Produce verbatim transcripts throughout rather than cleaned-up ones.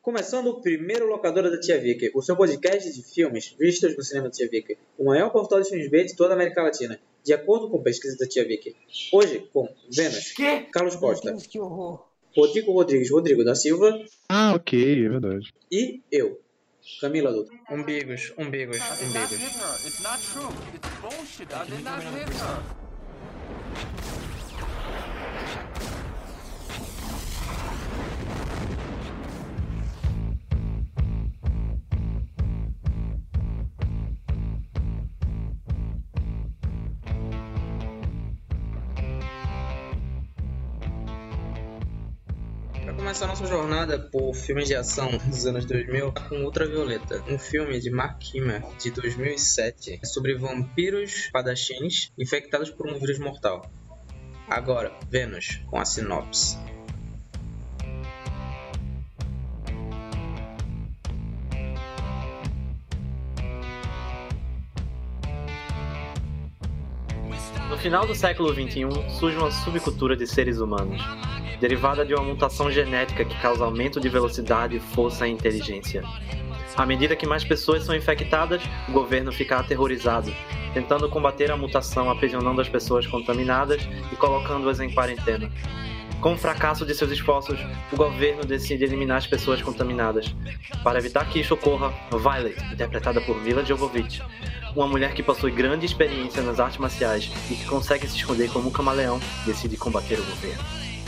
Começando o primeiro Locadora da Tia Vicky, o seu podcast de filmes vistos no cinema da Tia Vicky, o maior portal de filmes B de toda a América Latina, de acordo com pesquisa da Tia Vicky. Hoje, com Vênus, Que? Carlos Costa, Meu Deus, que horror. Rodrigo Rodrigues Rodrigo da Silva Ah, ok, é verdade. e eu, Camila Dutra. Umbigos, umbigos, umbigos. It's not true. It's bullshit. I did not hit her. Para começar nossa jornada por filmes de ação dos anos dois mil, com Ultravioleta, um filme de Mark Kimmer de dois mil e sete sobre vampiros espadachins infectados por um vírus mortal. Agora, Vênus, com a sinopse. No final do século vinte e um, surge uma subcultura de seres humanos, derivada de uma mutação genética que causa aumento de velocidade, força e inteligência. À medida que mais pessoas são infectadas, o governo fica aterrorizado, tentando combater a mutação aprisionando as pessoas contaminadas e colocando-as em quarentena. Com o fracasso de seus esforços, o governo decide eliminar as pessoas contaminadas. Para evitar que isso ocorra, Violet, interpretada por Milla Jovovich, uma mulher que possui grande experiência nas artes marciais e que consegue se esconder como um camaleão, decide combater o governo.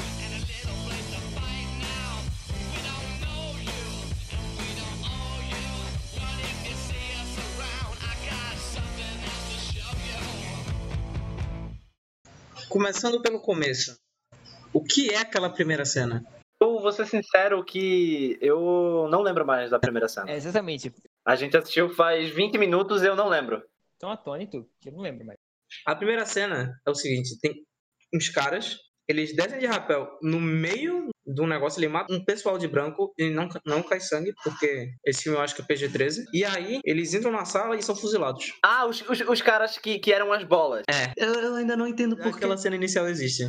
Começando pelo começo, o que é aquela primeira cena? Eu vou ser sincero que eu não lembro mais da primeira cena. É, exatamente. A gente assistiu faz vinte minutos e eu não lembro. Tão atônito que eu não lembro mais. A primeira cena é o seguinte, tem uns caras, eles descem de rapel no meio do negócio, ele mata um pessoal de branco e não, não cai sangue, porque esse filme eu acho que é P G treze, e aí eles entram na sala e são fuzilados. Ah, os, os, os caras que, que eram as bolas. É, eu, eu ainda não entendo por que aquela cena inicial existe.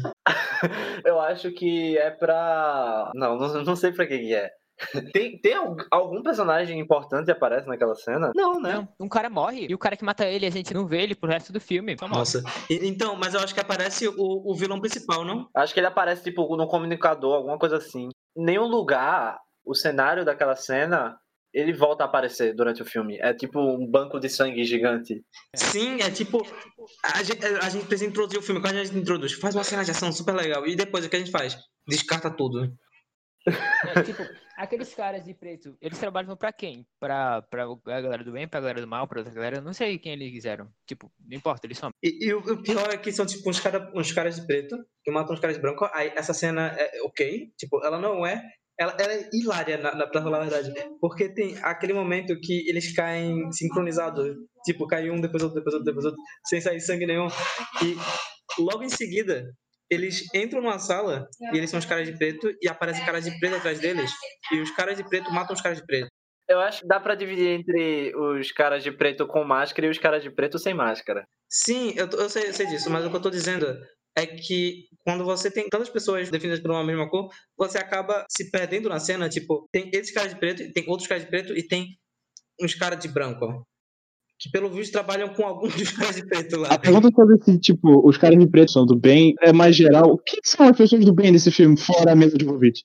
Eu acho que é pra... Não, não, não sei pra que que é. Tem, tem algum personagem importante que aparece naquela cena? Não, né? Não, um cara morre e o cara que mata ele, a gente não vê ele pro resto do filme. Só morre. Nossa, e, então, mas eu acho que aparece o, o vilão principal, não? Acho que ele aparece, tipo, no comunicador, alguma coisa assim. Em nenhum lugar, o cenário daquela cena, ele volta a aparecer durante o filme. É tipo um banco de sangue gigante. Sim, é tipo... A gente, a gente precisa introduzir o filme. Quando a gente introduz, faz uma cena de ação super legal. E depois o que a gente faz? Descarta tudo. É, tipo, aqueles caras de preto, eles trabalham pra quem? Pra, pra a galera do bem, pra galera do mal, pra outra galera? Eu não sei quem eles quiseram. Tipo, não importa, eles são. E, e o, o pior é que são tipo uns, cara, uns caras de preto que matam uns caras de branco. Aí essa cena é ok. Tipo, ela não é... Ela, ela é hilária, na, na, pra falar a verdade. Porque tem aquele momento que eles caem sincronizados. Tipo, cai um, depois outro, depois outro, depois outro. Sem sair sangue nenhum. E logo em seguida... Eles entram numa sala e eles são os caras de preto e aparecem caras de preto atrás deles e os caras de preto matam os caras de preto. Eu acho que dá pra dividir entre os caras de preto com máscara e os caras de preto sem máscara. Sim, eu, eu, sei, eu sei disso, mas o que eu tô dizendo é que quando você tem tantas pessoas definidas por uma mesma cor, você acaba se perdendo na cena. Tipo, tem esses caras de preto, tem outros caras de preto e tem uns caras de branco. Que pelo visto trabalham com alguns dos caras de preto lá. A pergunta sobre se, tipo, os caras de preto são do bem é mais geral. O que são as pessoas do bem nesse filme, fora a Milla Jovovich?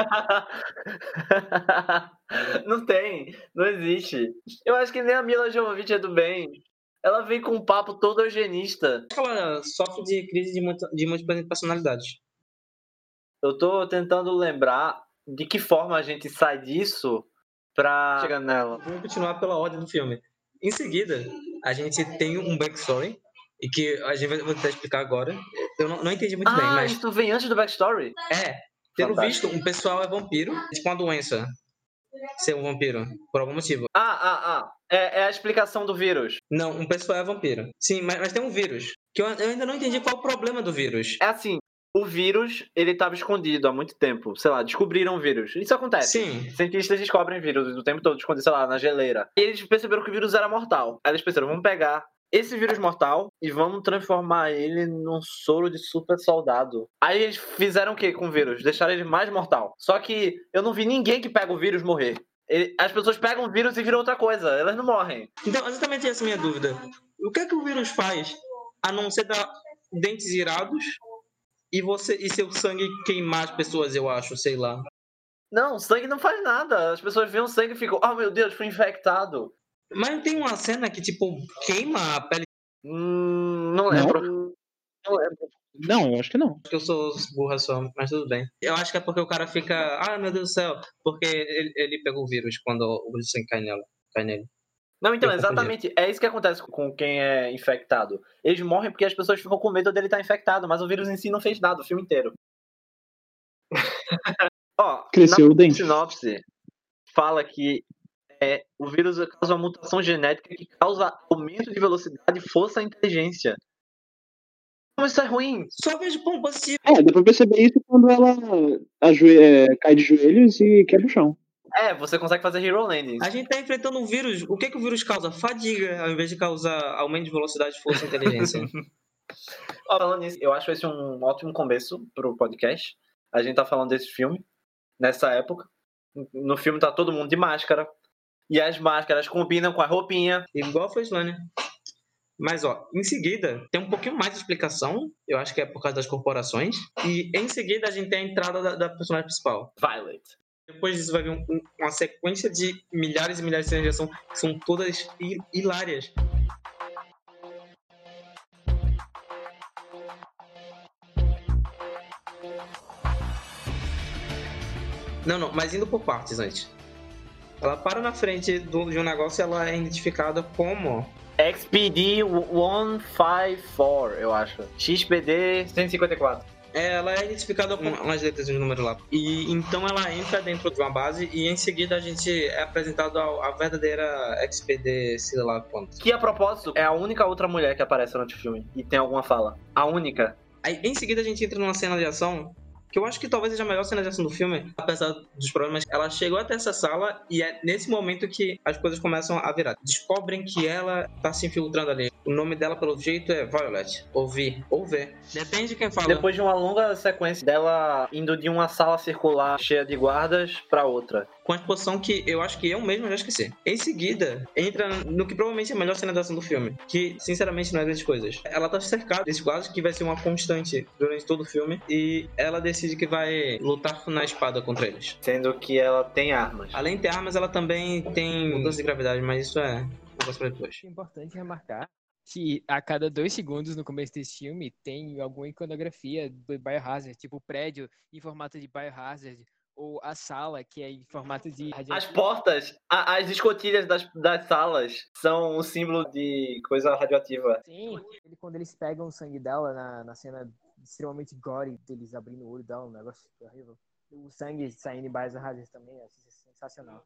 Não tem, não existe. Eu acho que nem a Milla Jovovich é do bem. Ela vem com um papo todo eugenista. Ela sofre de crise de, muita, de múltiplas personalidades. Eu tô tentando lembrar de que forma a gente sai disso pra chegar nela. Vamos continuar pela ordem do filme. Em seguida, a gente tem um backstory, e que a gente vai tentar explicar agora. Eu não, não entendi muito ah, bem, mas... isso vem antes do backstory? É, pelo Fantástico. visto, um pessoal é vampiro, é tipo uma doença, ser um vampiro, por algum motivo. Ah, ah, ah, é, é a explicação do vírus. Não, um pessoal é vampiro. Sim, mas, mas tem um vírus, que eu, eu ainda não entendi qual é o problema do vírus. É assim, o vírus, ele estava escondido há muito tempo. Sei lá, descobriram o vírus. Isso acontece. Sim. Cientistas descobrem vírus o tempo todo, escondido, sei lá, na geleira. E eles perceberam que o vírus era mortal. Aí eles pensaram, vamos pegar esse vírus mortal e vamos transformar ele num soro de super soldado. Aí eles fizeram o que com o vírus? Deixaram ele mais mortal. Só que eu não vi ninguém que pega o vírus morrer. Ele, as pessoas pegam o vírus e viram outra coisa. Elas não morrem. Então, exatamente essa é a minha dúvida. O que é que o vírus faz a não ser dar dentes irados e, você, e seu sangue queimar as pessoas, eu acho, sei lá. Não, sangue não faz nada. As pessoas veem o sangue e ficam, oh meu Deus, fui infectado. Mas tem uma cena que, tipo, queima a pele. Hum, não lembro. Não. Não lembro. Não, eu acho que não. Acho que eu sou burra só, mas tudo bem. Eu acho que é porque o cara fica, ah, meu Deus do céu, porque ele, ele pegou o vírus quando o sangue cai, nela, cai nele. Não, então, Eu exatamente. É isso que acontece com quem é infectado. Eles morrem porque as pessoas ficam com medo dele estar infectado, mas o vírus em si não fez nada o filme inteiro. Ó, Cresceu na o dente. sinopse fala que é, o vírus causa uma mutação genética que causa aumento de velocidade, força e inteligência. Como isso é ruim? Só vejo ponto positivo. É, dá pra perceber isso quando ela ajoe- é, cai de joelhos e quebra o chão. É, você consegue fazer Hero Landings. A gente tá enfrentando um vírus. O que que o vírus causa? Fadiga, ao invés de causar aumento de velocidade, força e inteligência. Ó, falando nisso, eu acho esse um ótimo começo pro podcast. A gente tá falando desse filme, nessa época. No filme tá todo mundo de máscara. E as máscaras combinam com a roupinha. Igual foi Slane. Mas, ó, em seguida, tem um pouquinho mais de explicação. Eu acho que é por causa das corporações. E, em seguida, a gente tem a entrada da, da personagem principal. Violet. Depois disso, vai vir um- um- uma sequência de milhares e milhares de cenas de ação que são todas hi- hilárias. Não, não, mas indo por partes antes. Ela para na frente do- de um negócio e ela é identificada como... X P D cento e cinquenta e quatro, eu acho. X P D cento e cinquenta e quatro. É, ela é identificada com umas letras e um número lá. E então ela entra dentro de uma base e em seguida a gente é apresentado ao- a verdadeira X P D, sei lá quanto. Que, a propósito, é a única outra mulher que aparece durante o filme. E tem alguma fala. A única. Aí em seguida a gente entra numa cena de ação que eu acho que talvez seja a melhor cena de ação do filme, apesar dos problemas. Ela chegou até essa sala e é nesse momento que as coisas começam a virar. Descobrem que ela tá se infiltrando ali. O nome dela, pelo jeito, é Violet. Ou V. Ou V. Depende de quem fala. Depois de uma longa sequência dela indo de uma sala circular cheia de guardas pra outra. Com a exposição que eu acho que eu mesmo já esqueci. Em seguida, entra no que provavelmente é a melhor cena de ação do filme, que sinceramente não é grandes coisas. Ela tá cercada desses quadros, que vai ser uma constante durante todo o filme, e ela decide que vai lutar na espada contra eles. Sendo que ela tem armas. Além de ter armas, ela também tem mudança de gravidade, mas isso é um negócio pra depois. É importante remarcar que a cada dois segundos no começo desse filme tem alguma iconografia do Biohazard, tipo o prédio em formato de Biohazard, ou a sala que é em formato de... As portas, a- as escotilhas das, das salas são um símbolo de coisa radioativa. Sim, ele- quando eles pegam o sangue dela na, na cena extremamente gore, deles abrindo o olho dela, um negócio horrível. O sangue saindo em Biohazard também, é sensacional.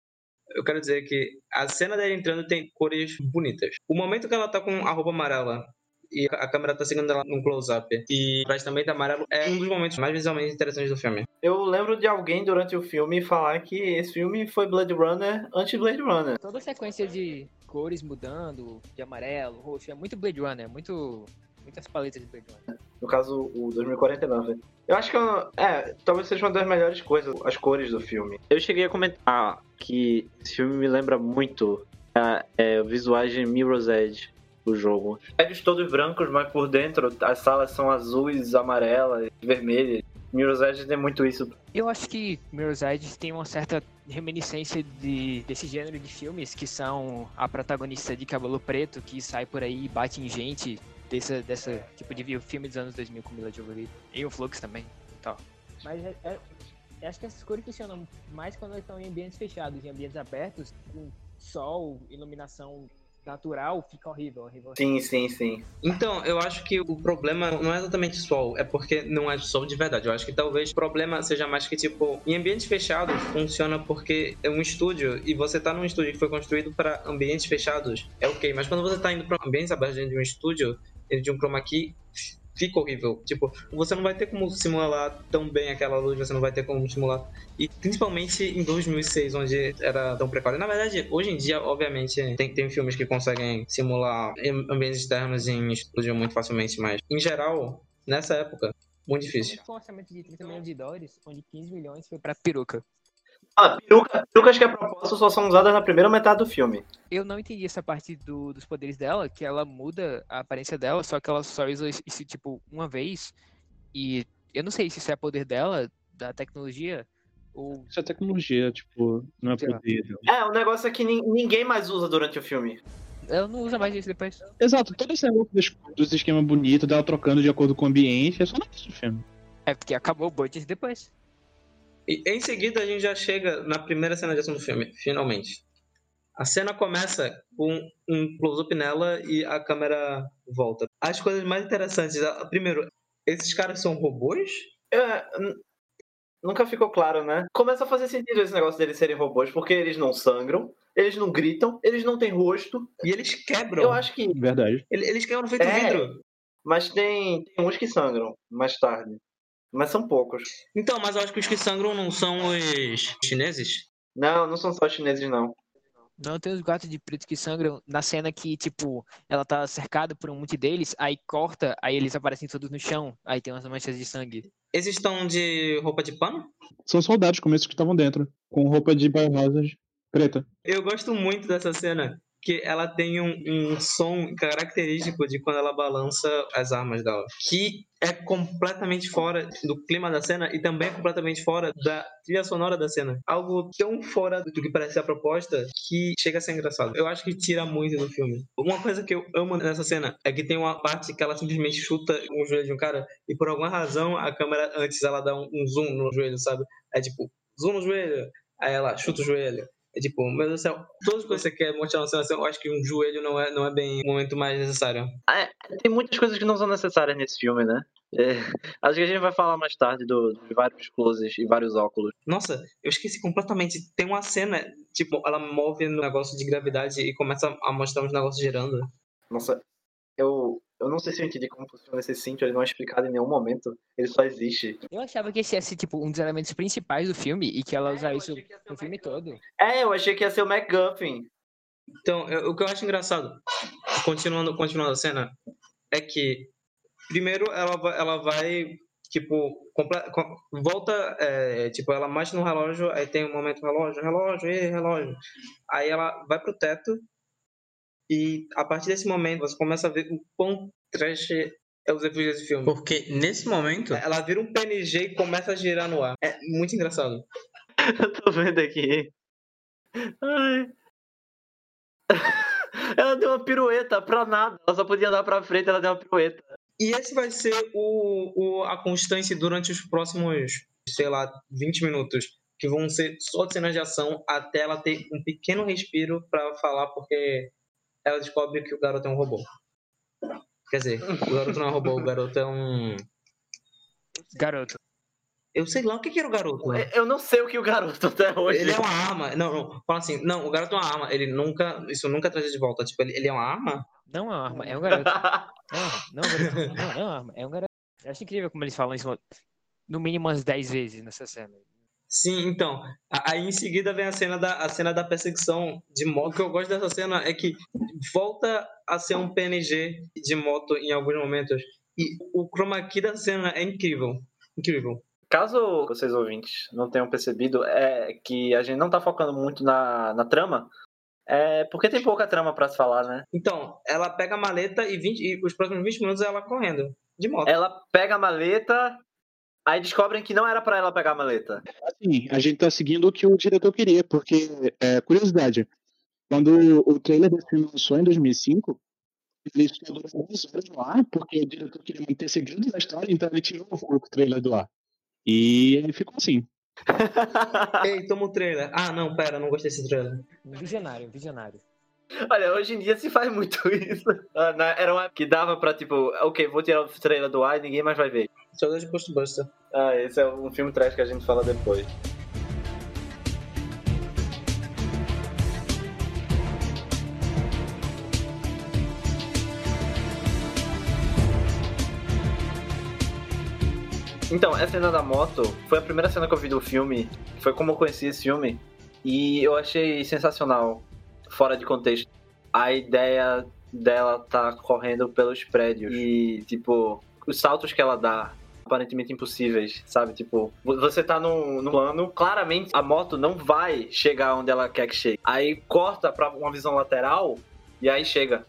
Eu quero dizer que a cena dela entrando tem cores bonitas. O momento que ela tá com a roupa amarela e a câmera tá seguindo ela num close-up e atrás também tá amarelo, é um dos momentos mais visualmente interessantes do filme. Eu lembro de alguém durante o filme falar que esse filme foi Blade Runner antes de Blade Runner. Toda a sequência de cores mudando, de amarelo, roxo, é muito Blade Runner, é muito, muitas paletas de Blade Runner. No caso, o dois mil e quarenta e nove. Eu acho que, é, talvez seja uma das melhores coisas, as cores do filme. Eu cheguei a comentar que esse filme me lembra muito a, é, visuais de Mirror's Edge, o jogo. Prédios todos brancos, mas por dentro as salas são azuis, amarelas, vermelhas. Mirror's Edge tem muito isso. Eu acho que Mirror's Edge tem uma certa reminiscência de, desse gênero de filmes que são a protagonista de cabelo preto que sai por aí e bate em gente, desse, dessa tipo de filme dos anos dois mil com Mila Jovovich. E o Flux também, tal. Mas é, é, eu acho que essas cores funcionam mais quando elas estão em ambientes fechados, em ambientes abertos, com sol, iluminação natural, fica horrível, horrível. Sim, sim, sim. Então, eu acho que o problema não é exatamente sol, é porque não é sol de verdade. Eu acho que talvez o problema seja mais que, tipo, em ambientes fechados funciona porque é um estúdio e você tá num estúdio que foi construído para ambientes fechados, é ok. Mas quando você tá indo para ambientes abertos dentro de um estúdio, dentro de um chroma key, fica horrível. Tipo, você não vai ter como simular tão bem aquela luz, você não vai ter como simular. E principalmente em dois mil e seis, onde era tão precário. Na verdade, hoje em dia, obviamente, tem, tem filmes que conseguem simular ambientes externos em estúdio muito facilmente, mas, em geral, nessa época, muito difícil. Com um orçamento de trinta milhões de dólares, onde quinze milhões foi pra peruca. Ah, peruca, perucas que a propósito só são usadas na primeira metade do filme. Eu não entendi essa parte do, dos poderes dela, que ela muda a aparência dela, só que ela só usa isso, tipo, uma vez. E eu não sei se isso é poder dela, da tecnologia, ou... Isso é tecnologia, tipo, não é Sei lá. poder. É, o negócio é que nin- ninguém mais usa durante o filme. Ela não usa mais isso depois. Exato, todo esse negócio dos, dos esquemas bonitos, dela trocando de acordo com o ambiente, é só no filme. É porque acabou o budget depois. E em seguida a gente já chega na primeira cena de ação do filme, finalmente. A cena começa com um close-up nela e a câmera volta. As coisas mais interessantes, primeiro, esses caras são robôs? É, n- nunca ficou claro, né? Começa a fazer sentido esse negócio deles serem robôs, porque eles não sangram, eles não gritam, eles não têm rosto. E eles quebram. Eu acho que. Verdade. Eles eles quebram feito É. vidro. Mas tem, tem uns que sangram mais tarde. Mas são poucos. Então, mas eu acho que os que sangram não são os chineses? Não, não são só os chineses, não. Não, tem os gatos de preto que sangram na cena que, tipo, ela tá cercada por um monte deles, aí corta, aí eles aparecem todos no chão, aí tem umas manchas de sangue. Esses estão de roupa de pano? São soldados como esses que estavam dentro, com roupa de biohazard preta. Eu gosto muito dessa cena, que ela tem um, um som característico de quando ela balança as armas dela, que é completamente fora do clima da cena e também é completamente fora da trilha sonora da cena. Algo tão fora do que parece a proposta que chega a ser engraçado. Eu acho que tira muito do filme. Uma coisa que eu amo nessa cena é que tem uma parte que ela simplesmente chuta o joelho de um cara e por alguma razão a câmera antes ela dá um, um zoom no joelho, sabe? É tipo, zoom no joelho, aí ela chuta o joelho. É tipo, meu Deus do céu, todas as coisas que você quer mostrar na cena, eu acho que um joelho não é, não é bem o momento mais necessário. É, tem muitas coisas que não são necessárias nesse filme, né? É, acho que a gente vai falar mais tarde do, de vários closes e vários óculos. Nossa, eu esqueci completamente. Tem uma cena, tipo, ela move no negócio de gravidade e começa a mostrar uns negócios girando. Nossa, eu, eu não sei se eu entendi como funciona esse cinto, ele não é explicado em nenhum momento, ele só existe. Eu achava que esse ia ser, tipo, um dos elementos principais do filme e que ela usar isso no filme todo. É, eu achei que ia ser o MacGuffin. Então, eu- o que eu acho engraçado, continuando, continuando a cena, é que primeiro ela vai, ela vai tipo, comple- com- volta, é, tipo, ela mexe no relógio, aí tem um momento relógio, relógio, ei, relógio. Aí ela vai pro teto e a partir desse momento você começa a ver o quão trash é os efeitos desse filme. Porque nesse momento, Ela vira um P N G e começa a girar no ar. É muito engraçado. Eu tô vendo aqui. Ai. Ela deu uma pirueta pra nada. Ela só podia dar pra frente, ela deu uma pirueta. E esse vai ser o, o, a constância durante os próximos, sei lá, vinte minutos. Que vão ser só de cenas de ação até ela ter um pequeno respiro pra falar, porque ela descobre que o garoto é um robô. Quer dizer, o garoto não é um robô, o garoto é um... Garoto. Eu sei lá o que que era o garoto. né? Eu não sei o que o garoto até hoje. Ele é uma arma. Não, não. Fala assim, não, o garoto é uma arma. Ele nunca... Isso nunca traz de volta. Tipo, ele, ele é uma arma? Não é uma arma, é um garoto. Não, não, garoto. Não, não é uma arma, é um garoto. Eu acho incrível como eles falam isso no mínimo umas dez vezes nessa cena. Sim, então. a- Aí em seguida vem a cena da, a cena da perseguição de moto. O que eu gosto dessa cena é que volta a ser um P N G de moto em alguns momentos. E o chroma key da cena é incrível. Incrível. Caso vocês ouvintes não tenham percebido, é que a gente não tá focando muito na, na trama, é porque tem pouca trama pra se falar, né? Então, ela pega a maleta e, vinte, e os próximos vinte minutos ela correndo. De moto. Ela pega a maleta, aí descobrem que não era pra ela pegar a maleta. Assim, a gente tá seguindo o que o diretor queria, porque, é, curiosidade, quando o trailer desse filme lançou em dois mil e cinco, ele ficou durante duas horas no ar, porque o diretor queria manter segredo da história, então ele tirou o trailer do ar. E ele ficou assim. Ei, toma o trailer. Ah, não, pera, não gostei desse trailer. Visionário, visionário. Olha, hoje em dia se faz muito isso. Ah, na- Era uma época que dava pra, tipo, ok, vou tirar o trailer do ar e ninguém mais vai ver. Só de Ghostbuster. Ah, esse é um filme trash que a gente fala depois. Então, essa cena da moto foi a primeira cena que eu vi do filme, foi como eu conheci esse filme, e eu achei sensacional, fora de contexto. A ideia dela tá correndo pelos prédios e, tipo, os saltos que ela dá, aparentemente impossíveis, sabe? Tipo, você tá num, num plano, claramente a moto não vai chegar onde ela quer que chegue. Aí corta pra uma visão lateral e aí chega.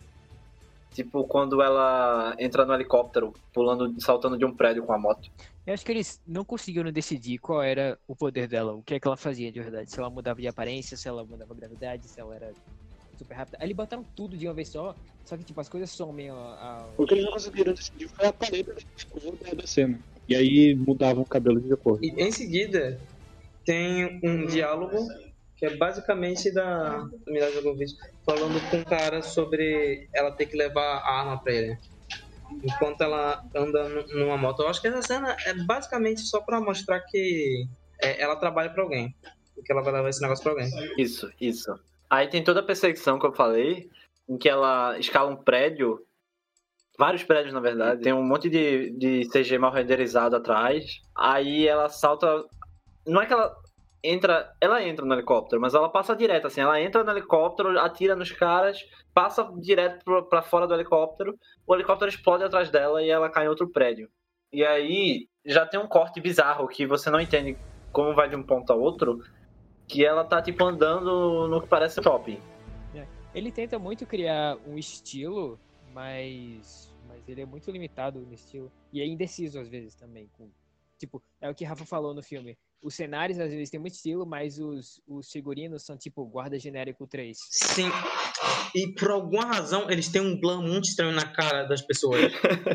Tipo, quando ela entra no helicóptero, pulando, saltando de um prédio com a moto. Eu acho que eles não conseguiram decidir qual era o poder dela, o que é que ela fazia de verdade. Se ela mudava de aparência, se ela mudava a gravidade, se ela era super rápida. Aí eles botaram tudo de uma vez só, só que tipo, as coisas somem a... a... O que eles não conseguiram decidir foi a paleta de cor da cena. E aí mudavam o cabelo de acordo. E em seguida, tem um diálogo que é basicamente da Mila Jovovich falando com o cara sobre ela ter que levar a arma pra ele enquanto ela anda numa moto. Eu acho que essa cena é basicamente só pra mostrar que é, ela trabalha pra alguém, que ela vai levar esse negócio pra alguém. Isso, isso. Aí tem toda a perseguição que eu falei, em que ela escala um prédio, vários prédios na verdade, tem um monte de, de C G mal renderizado atrás, aí ela salta, não é que ela entra, ela entra no helicóptero, mas ela passa direto, assim, ela entra no helicóptero, atira nos caras, passa direto pra, pra fora do helicóptero, o helicóptero explode atrás dela e ela cai em outro prédio. E aí já tem um corte bizarro que você não entende como vai de um ponto a outro, que ela tá, tipo, andando no que parece shopping. Ele tenta muito criar um estilo, mas, mas ele é muito limitado no estilo. E é indeciso, às vezes, também. Com, tipo, é o que Rafa falou no filme. Os cenários, às vezes, têm muito estilo, mas os, os figurinos são, tipo, guarda genérico três. Sim. E, por alguma razão, eles têm um blur muito estranho na cara das pessoas.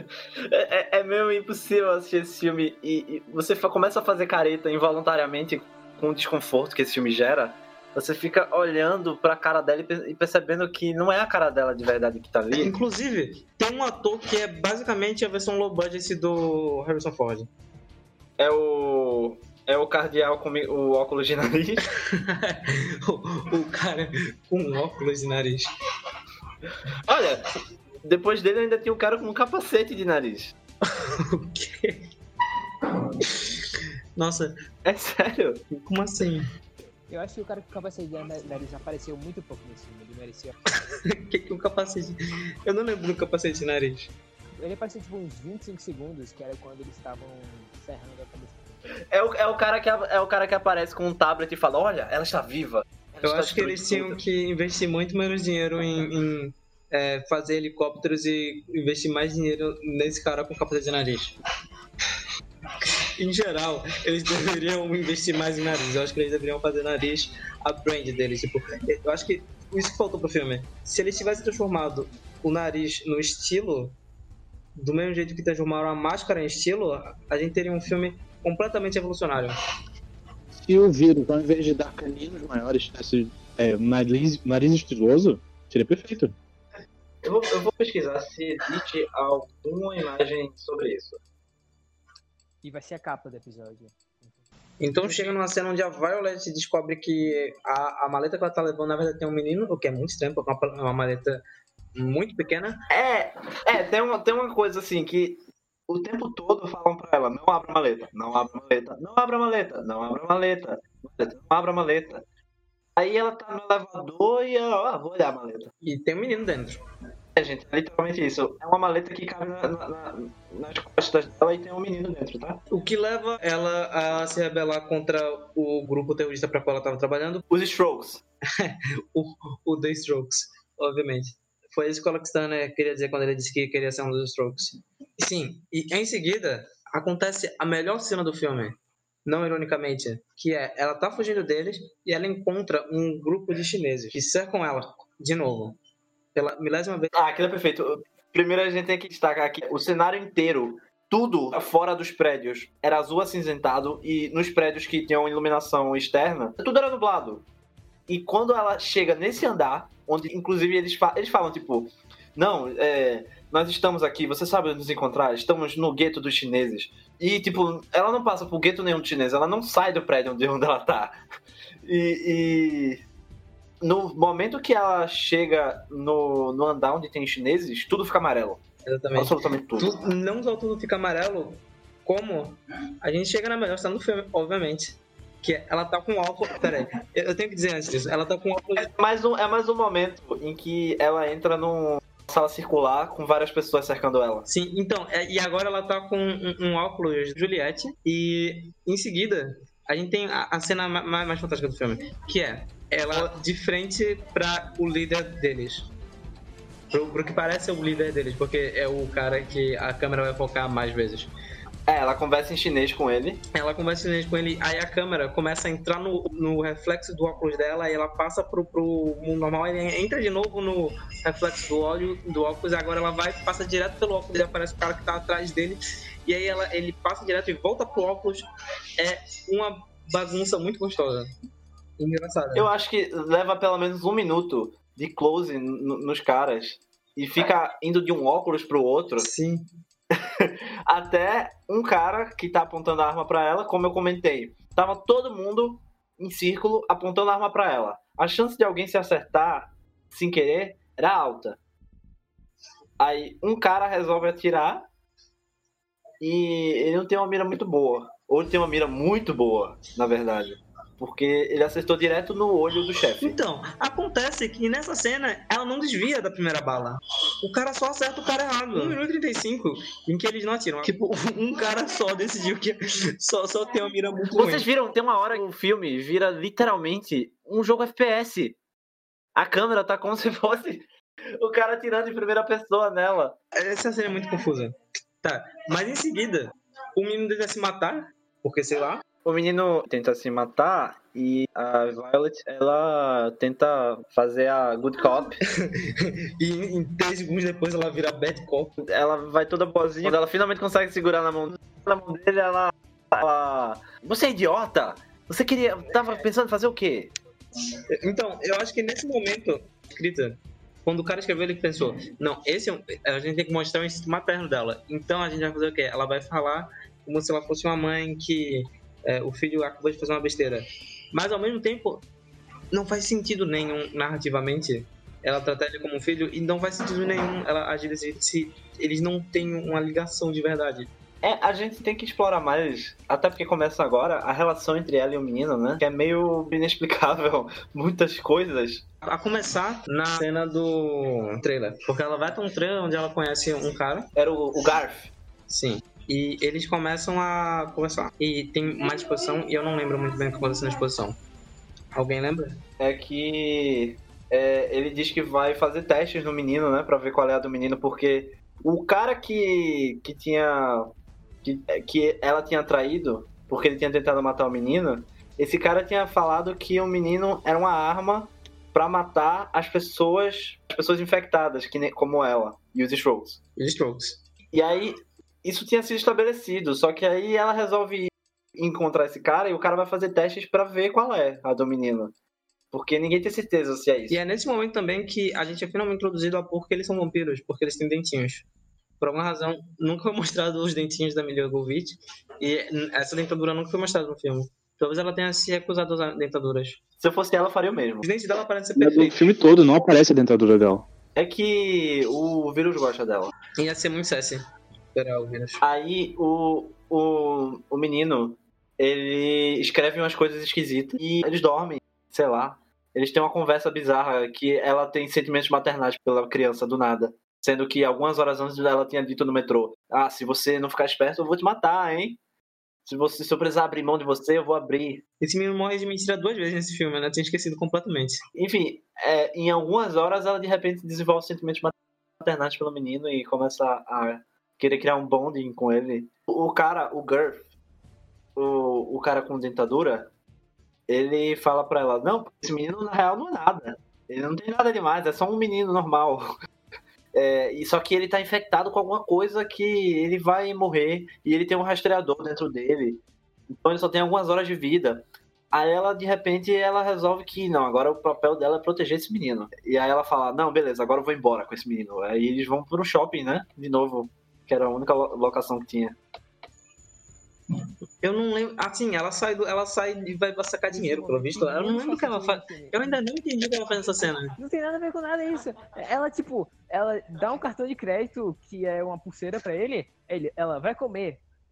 é, é meio impossível assistir esse filme e, e você começa a fazer careta involuntariamente com o desconforto que esse filme gera. Você fica olhando pra cara dela e percebendo que não é a cara dela de verdade que tá ali. Inclusive, tem um ator que é basicamente a versão low budget do Harrison Ford. É o... É o cardeal com o óculos de nariz. o, o cara com óculos de nariz. Olha, depois dele ainda tinha um cara com um capacete de nariz. O quê? Nossa, é sério? Como assim? Eu acho que o cara com o capacete de nariz apareceu muito pouco nesse filme, ele merecia. O que que é um capacete? Eu não lembro do capacete de nariz. Ele apareceu tipo uns vinte e cinco segundos, que era quando eles estavam ferrando a cabeça. É o, é, o cara que, é o cara que aparece com um tablet e fala, olha, ela está viva. Ela Eu está acho que eles tinham que investir muito menos dinheiro em, em é, fazer helicópteros e investir mais dinheiro nesse cara com capacete de nariz. Em geral, eles deveriam investir mais em nariz. Eu acho que eles deveriam fazer nariz a brand deles. Tipo, eu acho que isso que faltou pro filme. Se eles tivessem transformado o nariz no estilo, do mesmo jeito que transformaram a máscara em estilo, a gente teria um filme completamente revolucionário. Se o vírus, ao invés de dar caninos maiores, tivesse é, nariz, nariz estiloso, seria perfeito. Eu vou, eu vou pesquisar se existe alguma imagem sobre isso. E vai ser a capa do episódio. Então chega numa cena onde a Violet descobre que a, a maleta que ela tá levando na verdade tem um menino, o que é muito estranho, porque é uma, uma maleta muito pequena. É, é tem, uma, tem uma coisa assim que o tempo todo falam pra ela, não abra a maleta, não abra a maleta, não abra a maleta, não abra a maleta, não abra a maleta. Aí ela tá no elevador e ela, ah, vou olhar a maleta. E tem um menino dentro. É, gente, é literalmente isso. É uma maleta que cabe na, na, nas costas dela e tem um menino dentro, tá? O que leva ela a se rebelar contra o grupo terrorista para qual ela estava trabalhando? Os Strokes. o, o The Strokes, obviamente. Foi isso que o Alex Turner queria dizer quando ele disse que queria ser um dos Strokes. Sim, e em seguida acontece a melhor cena do filme, não ironicamente, que é, ela tá fugindo deles e ela encontra um grupo de chineses que cercam ela, de novo. Pela milésima vez. Ah, aquilo é perfeito. Primeiro a gente tem que destacar aqui o cenário inteiro, tudo fora dos prédios era azul acinzentado e nos prédios que tinham iluminação externa, tudo era nublado. E quando ela chega nesse andar, onde inclusive eles, fa- eles falam tipo, não, é, nós estamos aqui, você sabe onde nos encontrar? Estamos no gueto dos chineses. E tipo, ela não passa por gueto nenhum de chinês, ela não sai do prédio onde, onde ela tá. E... e... no momento que ela chega no, no andar onde tem chineses, tudo fica amarelo. Exatamente. Absolutamente tudo. Tu, não só tudo fica amarelo, como a gente chega na melhor cena do filme, obviamente. Que é, ela tá com óculos... Peraí, eu eu tenho que dizer antes disso. Ela tá com óculos... É mais um, é mais um momento em que ela entra numa sala circular com várias pessoas cercando ela. Sim, então, é, e agora ela tá com um, um óculos Juliette. E em seguida, a gente tem a, a cena ma- ma- mais fantástica do filme. Que é ela de frente pra o líder deles. Pro, pro que parece ser o líder deles, porque é o cara que a câmera vai focar mais vezes. É, ela conversa em chinês com ele. Ela conversa com ele, aí a câmera começa a entrar no, no reflexo do óculos dela, e ela passa pro, pro mundo normal, e entra de novo no reflexo do olho do óculos, e agora ela vai, passa direto pelo óculos, e aparece o cara que tá atrás dele, e aí ela, ele passa direto e volta pro óculos. É uma bagunça muito gostosa. Engraçada. Eu acho que leva pelo menos um minuto de close n- nos caras e fica indo de um óculos pro outro. Sim. Até um cara que tá apontando a arma pra ela, como eu comentei, tava todo mundo em círculo apontando a arma pra ela. A chance de alguém se acertar sem querer era alta. Aí um cara resolve atirar e ele não tem uma mira muito boa. Ou ele tem uma mira muito boa, na verdade. Porque ele acertou direto no olho do chefe. Então, acontece que nessa cena ela não desvia da primeira bala. O cara só acerta o cara errado. um minuto e trinta e cinco em que eles não atiram. Tipo, um cara só decidiu que só, só tem uma mira muito ruim. Vocês viram, tem uma hora que o filme vira literalmente um jogo F P S. A câmera tá como se fosse o cara atirando em primeira pessoa nela. Essa cena é muito confusa. Tá, mas em seguida, o menino tenta se matar, porque sei lá. O menino tenta se matar e a Violet, ela tenta fazer a good cop. E em três segundos depois ela vira bad cop. Ela vai toda boazinha. Quando ela finalmente consegue segurar na mão, na mão dele, ela, ela... Você é idiota? Você queria... Tava pensando em fazer o quê? Então, eu acho que nesse momento, escrita, quando o cara escreveu, ele pensou, não, esse é um, a gente tem que mostrar o instinto materno dela. Então a gente vai fazer o quê? Ela vai falar como se ela fosse uma mãe que é, o filho acabou de fazer uma besteira. Mas ao mesmo tempo, não faz sentido nenhum narrativamente ela tratar ele como um filho, e não faz sentido nenhum ela agir desse jeito se eles não têm uma ligação de verdade. É, a gente tem que explorar mais, até porque começa agora, a relação entre ela e o menino, né? Que é meio inexplicável, muitas coisas. A começar na cena do trailer, porque ela vai pra um trailer onde ela conhece um cara. Era o, o Garth. Sim. E eles começam a conversar. E tem uma exposição, e eu não lembro muito bem o que aconteceu na exposição. Alguém lembra? É que é, ele diz que vai fazer testes no menino, né? Pra ver qual é a do menino, porque o cara que, que tinha... Que, que ela tinha traído, porque ele tinha tentado matar o menino, esse cara tinha falado que o menino era uma arma pra matar as pessoas, as pessoas infectadas, que nem, como ela, e os Strokes. Os Strokes. E aí, isso tinha sido estabelecido, só que aí ela resolve encontrar esse cara e o cara vai fazer testes pra ver qual é a do menino. Porque ninguém tem certeza se é isso. E é nesse momento também que a gente é finalmente introduzido a por que eles são vampiros, porque eles têm dentinhos. Por alguma razão, nunca foi mostrado os dentinhos da Milla Jovovich, e essa dentadura nunca foi mostrada no filme. Talvez ela tenha se recusado a usar dentaduras. Se eu fosse ela, eu faria o mesmo. Os dentes dela parecem ser No perfeitos. filme todo não aparece a dentadura dela. É que o vírus gosta dela. Ia ser muito sexy. Esperar o vírus. Aí o, o, o menino, ele escreve umas coisas esquisitas e eles dormem, sei lá. Eles têm uma conversa bizarra que ela tem sentimentos maternais pela criança do nada. Sendo que algumas horas antes ela tinha dito no metrô: ah, se você não ficar esperto, eu vou te matar, hein? Se, você, se eu precisar abrir mão de você, eu vou abrir. Esse menino morre de mentira duas vezes nesse filme, né? Eu tinha esquecido completamente. Enfim, é, em algumas horas ela de repente desenvolve sentimentos maternais pelo menino e começa a querer criar um bonding com ele. O cara, o Garth, o, o cara com dentadura, ele fala pra ela: não, esse menino na real não é nada. Ele não tem nada demais, é só um menino normal. É, e só que ele tá infectado com alguma coisa que ele vai morrer e ele tem um rastreador dentro dele. Então ele só tem algumas horas de vida. Aí ela, de repente, ela resolve que não, agora o papel dela é proteger esse menino. E aí ela fala: não, beleza, agora eu vou embora com esse menino. Aí eles vão pro shopping, né? De novo, que era a única locação que tinha. Eu não lembro. Assim, ela sai, do, ela sai e vai pra sacar dinheiro, pelo visto. Eu não lembro o que ela faz. Eu ainda não entendi o que ela faz nessa cena. Não tem nada a ver com nada isso. Ela, tipo, ela dá um cartão de crédito que é uma pulseira pra ele, ele ela vai comer.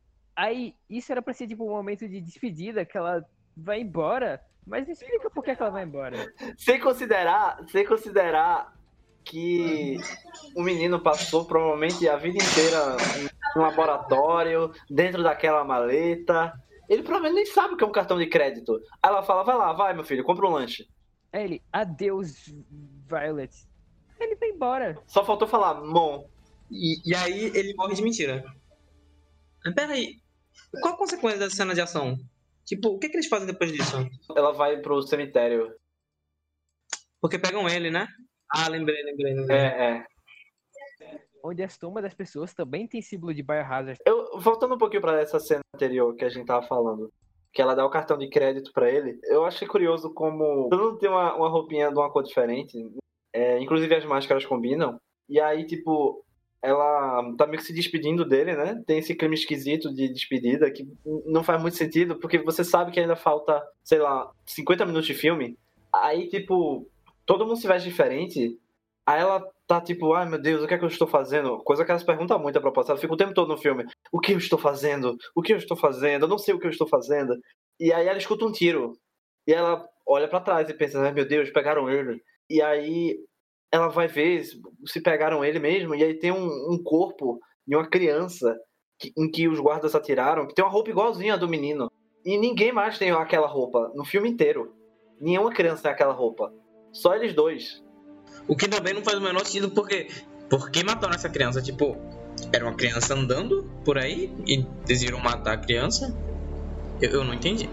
Aí, isso era pra ser, tipo, um momento de despedida, que ela vai embora. Mas me explica por que, que ela vai embora. Sem considerar, sem considerar que o menino passou provavelmente a vida inteira em um laboratório, dentro daquela maleta. Ele provavelmente nem sabe o que é um cartão de crédito. Aí ela fala, vai lá, vai meu filho, compra um lanche. Aí ele, adeus, Violet. Aí ele vai embora. Só faltou falar, Mon. E, e aí ele morre de mentira. Mas peraí, qual a consequência dessa cena de ação? Tipo, o que, que eles fazem depois disso? Ela vai pro cemitério. Porque pegam ele, né? Ah, lembrei, lembrei, lembrei. É, é. Onde as tumbas das pessoas também tem símbolo de Biohazard. Eu, voltando um pouquinho pra essa cena anterior que a gente tava falando, que ela dá o cartão de crédito pra ele, eu achei curioso como todo mundo tem uma, uma roupinha de uma cor diferente, é, inclusive as máscaras combinam, e aí, tipo, ela tá meio que se despedindo dele, né? Tem esse clima esquisito de despedida que não faz muito sentido, porque você sabe que ainda falta, sei lá, cinquenta minutos de filme, aí, tipo, todo mundo se veste diferente, aí ela tá tipo, ai meu Deus, o que é que eu estou fazendo? Coisa que ela se pergunta muito a propósito, ela fica o tempo todo no filme, o que eu estou fazendo? O que eu estou fazendo? Eu não sei o que eu estou fazendo. E aí ela escuta um tiro, e ela olha pra trás e pensa, ai meu Deus, pegaram ele. E aí ela vai ver se pegaram ele mesmo, e aí tem um, um corpo de uma criança que, em que os guardas atiraram, que tem uma roupa igualzinha a do menino. E ninguém mais tem aquela roupa no filme inteiro. Nenhuma criança tem aquela roupa. Só eles dois. O que também não faz o menor sentido, porque... Por que mataram essa criança? Tipo, era uma criança andando por aí e decidiram matar a criança? Eu, eu não entendi.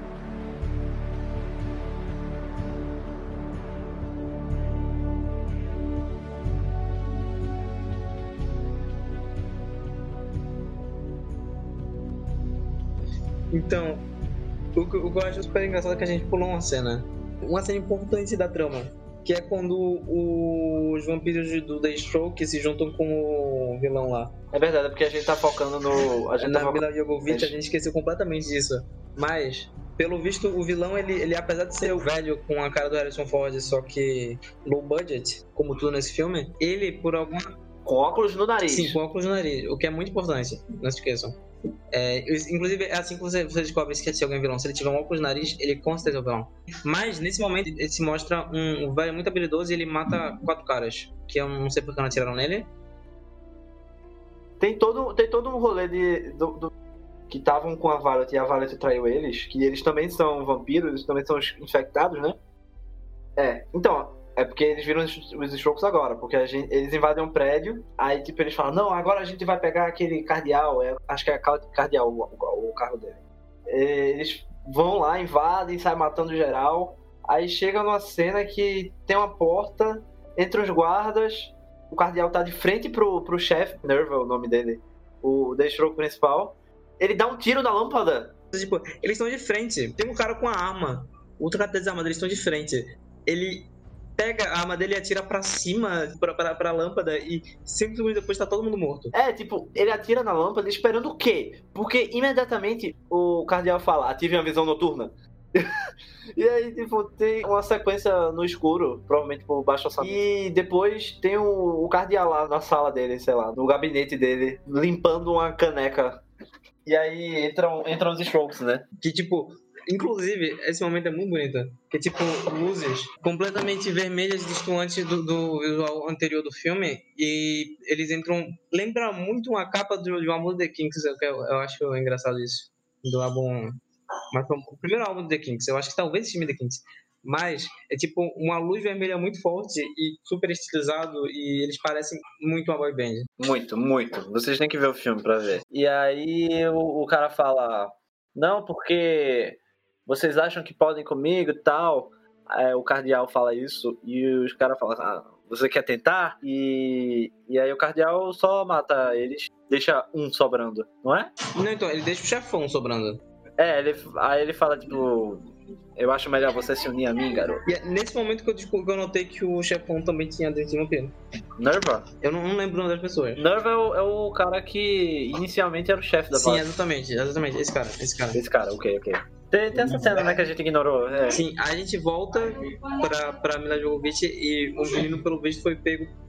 Então, o que o que eu acho super engraçado é que a gente pulou uma cena. Uma cena importante da trama. Que é quando os vampiros do Deathstroke se juntam com o vilão lá. É verdade, é porque a gente tá focando no... A gente Na tá Mila focando... Jovovich, a gente esqueceu completamente disso. Mas, pelo visto, o vilão, ele, ele apesar de ser o velho com a cara do Harrison Ford, só que low budget, como tudo nesse filme, ele, por alguma... Com óculos no nariz. Sim, com óculos no nariz, o que é muito importante, não se esqueçam. É, inclusive, é assim que você, você descobre se alguém é vilão. Se ele tiver um óculos no nariz, ele com certeza é o vilão. Mas, nesse momento, ele se mostra um, um velho muito habilidoso e ele mata quatro caras. Que eu não sei porque não atiraram nele. Tem todo, tem todo um rolê de, do, do, que estavam com a Violet e a Violet traiu eles, que eles também são vampiros, eles também são infectados, né? É, então... É porque eles viram os, os Strokes agora, porque a gente, eles invadem um prédio, aí tipo eles falam, não, agora a gente vai pegar aquele cardeal, é, acho que é cardeal o, o, o carro dele. Eles vão lá, invadem, saem matando geral, aí chega numa cena que tem uma porta entre os guardas, o cardeal tá de frente pro, pro chefe, Nerva é o nome dele, o Deathstroke principal, ele dá um tiro na lâmpada. Tipo, eles estão de frente, tem um cara com a arma, o outro cara tá desarmado, eles estão de frente, ele... pega a arma dele e atira pra cima, pra, pra, pra lâmpada, e cinco segundos depois tá todo mundo morto. É, tipo, ele atira na lâmpada esperando o quê? Porque imediatamente o cardeal fala, ative a visão noturna. E aí, tipo, tem uma sequência no escuro, provavelmente por baixo orçamento. E depois tem o, o cardeal lá na sala dele, sei lá, no gabinete dele, limpando uma caneca. E aí entram, entram os Strokes, né? Que, tipo... Inclusive, esse momento é muito bonito. Que tipo, luzes completamente vermelhas distantes do, do visual anterior do filme. E eles entram... Lembra muito uma capa de um álbum do The Kinks. Eu, eu, eu acho engraçado isso. Do álbum... Mas o primeiro álbum do The Kinks. Eu acho que talvez esse filme The Kinks. Mas é tipo uma luz vermelha muito forte e super estilizado. E eles parecem muito uma boy band. Muito, muito. Vocês têm que ver o filme pra ver. E aí o, o cara fala... Não, porque... Vocês acham que podem comigo e tal? É, o cardeal fala isso e os caras falam, ah, você quer tentar? E, e aí o cardeal só mata eles, deixa um sobrando, não é? Não, então, ele deixa o chefão sobrando. É, ele, aí ele fala, tipo, eu acho melhor você se unir a mim, garoto. E é nesse momento que eu, descobri, que eu notei que o chefão também tinha dente de vampiro. Nerva? Eu não, não lembro o nome das pessoas. Nerva é o, é o cara que inicialmente era o chefe da Sim, base. exatamente, exatamente, esse cara, esse cara. Esse cara, ok, ok. Tem, tem essa cena, né, que a gente ignorou. É. Sim, a gente volta pra, pra Mila Jovovich e o menino, pelo visto, foi pego por,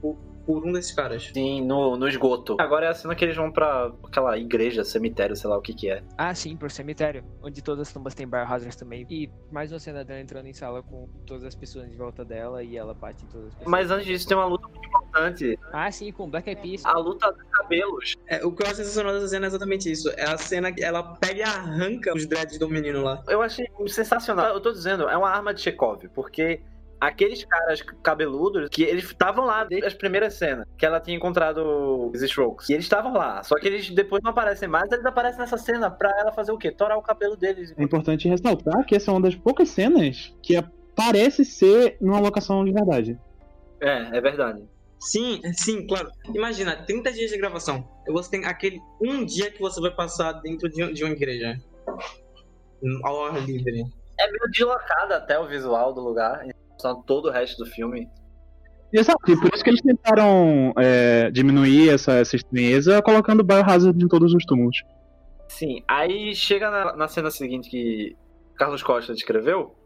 por um desses caras. Sim, no, no esgoto. Agora é a cena que eles vão pra aquela igreja, cemitério, sei lá o que que é. Ah, sim, pro cemitério, onde todas as tumbas têm biohazards também. E mais uma cena dela entrando em sala com todas as pessoas em volta dela e ela bate em todas as pessoas. Mas antes disso tem uma luta muito importante. Ah, sim, com Black Eyed Peas. A luta dos cabelos. É, o que eu acho sensacional dessa cena é exatamente isso. É a cena que ela pega e arranca os dreads do menino lá. Eu achei sensacional. Eu tô dizendo, é uma arma de Chekhov, porque aqueles caras cabeludos, que eles estavam lá desde as primeiras cenas, que ela tinha encontrado os Strokes. E eles estavam lá, só que eles depois não aparecem mais, eles aparecem nessa cena pra ela fazer o quê? Torar o cabelo deles. É importante ressaltar que essa é uma das poucas cenas que parece ser numa locação de verdade. É, é verdade. Sim, sim, claro. Imagina, trinta dias de gravação. E você tem aquele um dia que você vai passar dentro de, de uma igreja. Ao ar livre. É meio deslocado até o visual do lugar, em relação a todo o resto do filme. Exato, e por isso que eles tentaram é, diminuir essa, essa estranheza colocando Biohazard em todos os túmulos. Sim, aí chega na, na cena seguinte que Carlos Costa descreveu,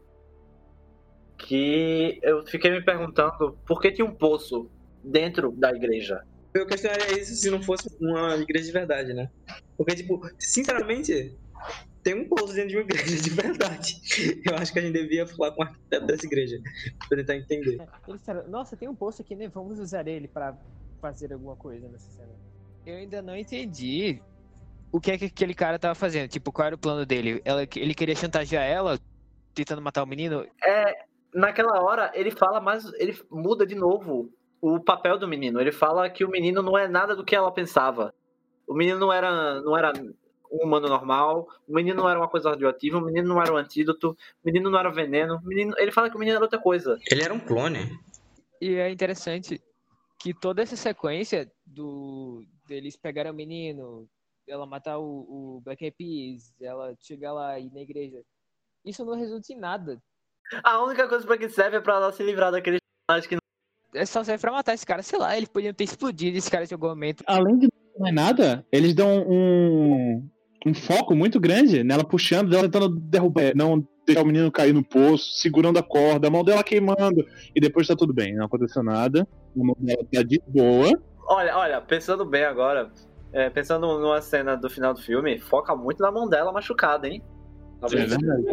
que eu fiquei me perguntando por que tinha um poço dentro da igreja. Eu questionaria isso se não fosse uma igreja de verdade, né? Porque, tipo, sinceramente, tem um poço dentro de uma igreja de verdade. Eu acho que a gente devia falar com o arquiteto dessa igreja pra tentar entender. Eles disseram, nossa, tem um poço aqui, né? Vamos usar ele pra fazer alguma coisa nessa cena. Eu ainda não entendi o que é que aquele cara tava fazendo. Tipo, qual era o plano dele? Ela, ele queria chantagear ela, tentando matar o menino? É, naquela hora, ele fala mais... Ele muda de novo o papel do menino. Ele fala que o menino não é nada do que ela pensava. O menino não era, não era um humano normal, o menino não era uma coisa radioativa, o menino não era um antídoto, o menino não era veneno. O menino, ele fala que o menino era outra coisa. Ele era um clone. E é interessante que toda essa sequência do deles pegarem o menino, ela matar o, o Black Eyed Peas, ela chegar lá e ir na igreja, isso não resulta em nada. A única coisa pra que serve é pra ela se livrar daqueles personagens que É só serve pra matar esse cara, sei lá, eles podiam ter explodido esse cara em algum momento. Além de não é nada, eles dão um, um foco muito grande nela puxando, dela tentando derrubar, não deixar o menino cair no poço, segurando a corda, a mão dela queimando, e depois tá tudo bem, não aconteceu nada, a mão dela tá de boa. Olha, olha, pensando bem agora, é, pensando numa cena do final do filme, foca muito na mão dela machucada, hein? É verdade.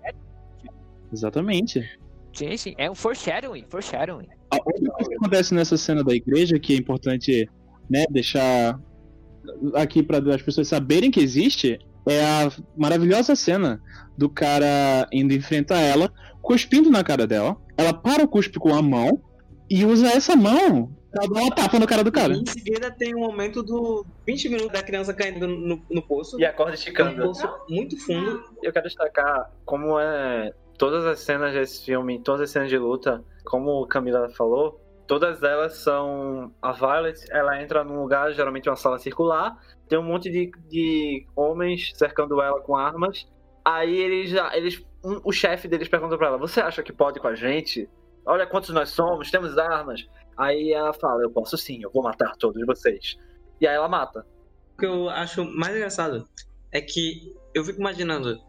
Exatamente. Sim, sim, é um foreshadowing, foreshadowing. A outra coisa que acontece nessa cena da igreja, que é importante, né, deixar aqui para as pessoas saberem que existe, é a maravilhosa cena do cara indo enfrentar ela, cuspindo na cara dela. Ela para o cuspe com a mão e usa essa mão pra dar uma tapa no cara do cara. E em seguida tem um momento do vinte minutos da criança caindo no, no poço. E a corda É um esticando. poço muito fundo. Eu quero destacar como é todas as cenas desse filme, todas as cenas de luta, como a Camila falou, todas elas são... A Violet, ela entra num lugar, geralmente uma sala circular, tem um monte de, de homens cercando ela com armas, aí eles já... Eles, um, o chefe deles pergunta pra ela, você acha que pode com a gente? Olha quantos nós somos, temos armas. Aí ela fala, eu posso sim, eu vou matar todos vocês. E aí ela mata. O que eu acho mais engraçado é que eu fico imaginando,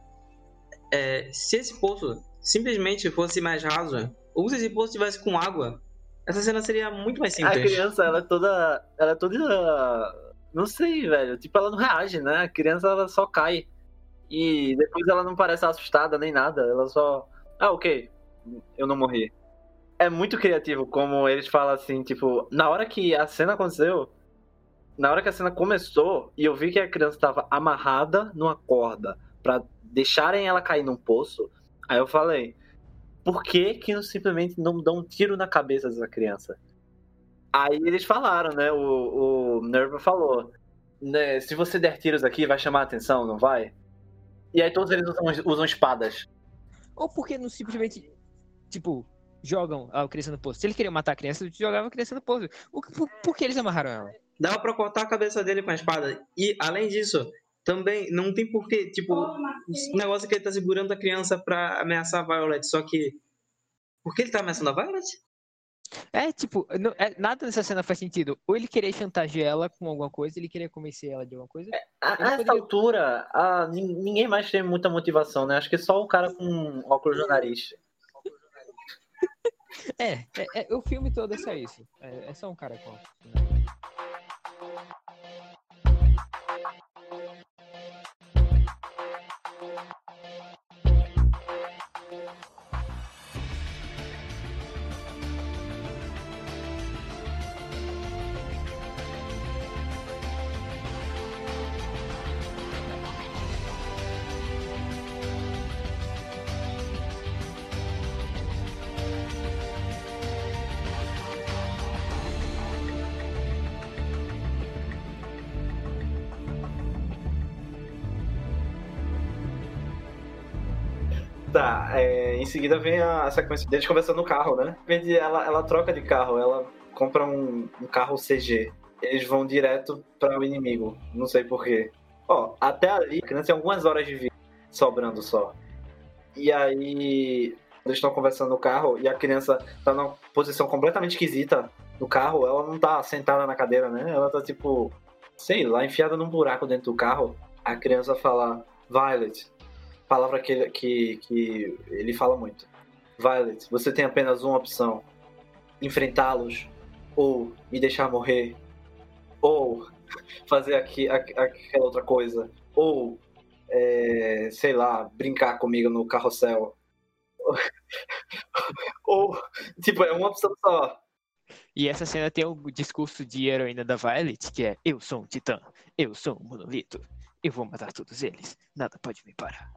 é, se esse poço simplesmente fosse mais raso, ou se esse poço tivesse com água, essa cena seria muito mais simples. A criança, ela é toda... Ela é toda... Não sei, velho. Tipo, ela não reage, né? A criança, ela só cai. E depois ela não parece assustada nem nada. Ela só... Ah, ok. Eu não morri. É muito criativo como eles falam assim, tipo... Na hora que a cena aconteceu... Na hora que a cena começou... E eu vi que a criança estava amarrada numa corda pra deixarem ela cair num poço... Aí eu falei... Por que que não, simplesmente não dão um tiro na cabeça dessa criança? Aí eles falaram, né? O, o Nerva falou, né, se você der tiros aqui, vai chamar a atenção, não vai? E aí todos eles usam, usam espadas. Ou porque não simplesmente, tipo, jogam a criança no poço. Se eles queriam matar a criança, eles jogavam a criança no poço. O, por, por que eles amarraram ela? Dava pra cortar a cabeça dele com a espada. E, além disso, também não tem porquê, tipo, o negócio que ele tá segurando a criança pra ameaçar a Violet, só que... Por que ele tá ameaçando a Violet? É, tipo, não, é, nada nessa cena faz sentido. Ou ele queria chantagear ela com alguma coisa, ele queria convencer ela de alguma coisa. A, a Ele essa poderia- altura, a, nin- ninguém mais tem muita motivação, né? Acho que só o cara com óculos no nariz. É, é, é, o filme todo é só isso. É, é só um caracol. Tá, é, em seguida vem a, a sequência deles conversando no carro, né? Ela, ela troca de carro, ela compra um, um carro C G. Eles vão direto para o inimigo, não sei porquê. Ó, até ali, a criança tem algumas horas de vida sobrando só. E aí, eles estão conversando no carro e a criança tá numa posição completamente esquisita no carro. Ela não tá sentada na cadeira, né? Ela tá tipo, sei lá, enfiada num buraco dentro do carro. A criança fala, Violet. Palavra que ele, que, que ele fala muito. Violet, você tem apenas uma opção. Enfrentá-los, ou me deixar morrer, ou fazer aqui, aquela outra coisa, ou, é, sei lá, brincar comigo no carrossel. Ou, tipo, é uma opção só. E essa cena tem o discurso de heroína da Violet, que é, eu sou um titã, eu sou um monolito, eu vou matar todos eles, nada pode me parar.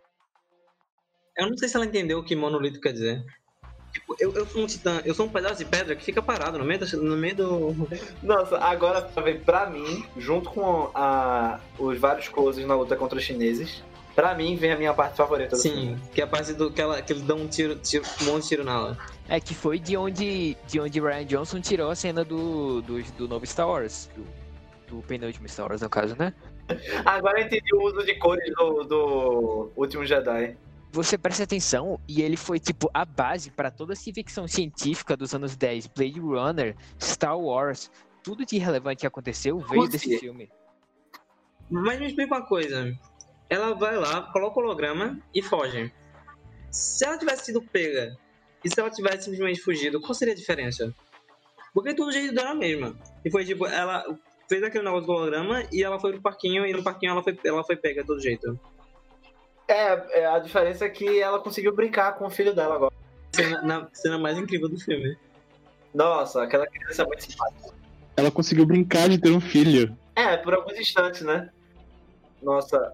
Eu não sei se ela entendeu o que monolito quer dizer. Tipo, eu, eu sou um titã, eu sou um pedaço de pedra que fica parado no meio do... No meio do... Nossa, agora, pra mim, junto com a, os vários closes na luta contra os chineses, pra mim vem a minha parte favorita do Sim, filme. Sim, que é a parte do que, ela, que eles dão um tiro, tiro, um monte de tiro nela. É, que foi de onde, de onde Rian Johnson tirou a cena do, do, do novo Star Wars. Do, do penúltimo Star Wars, no caso, né? Agora eu entendi o uso de cores do, do Último Jedi. Você presta atenção, e ele foi, tipo, a base para toda a ficção científica dos anos dez. Blade Runner, Star Wars, tudo de relevante que aconteceu veio Você... desse filme. Mas me explica uma coisa. Ela vai lá, coloca o holograma e foge. Se ela tivesse sido pega, e se ela tivesse simplesmente fugido, qual seria a diferença? Porque tudo jeito dela mesma. E foi tipo, ela fez aquele negócio do holograma e ela foi pro parquinho, e no parquinho ela foi, ela foi pega de todo jeito. É, é, a diferença é que ela conseguiu brincar com o filho dela agora. Cena, na cena mais incrível do filme. Nossa, aquela criança é muito simpática. Ela conseguiu brincar de ter um filho. É, por alguns instantes, né? Nossa,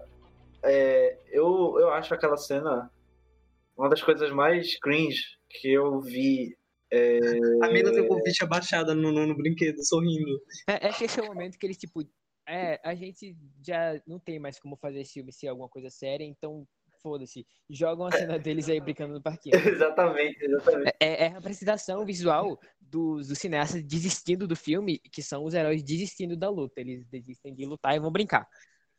é, eu, eu acho aquela cena uma das coisas mais cringe que eu vi. É... A mina tem com o bicho abaixada no, no, no brinquedo, sorrindo. É, é que esse é o momento que eles, tipo... É, a gente já não tem mais como fazer esse filme ser alguma coisa séria, então foda-se. Jogam a cena deles aí brincando no parquinho. Exatamente, exatamente. É, é a representação visual dos, dos cineastas desistindo do filme, que são os heróis desistindo da luta. Eles desistem de lutar e vão brincar.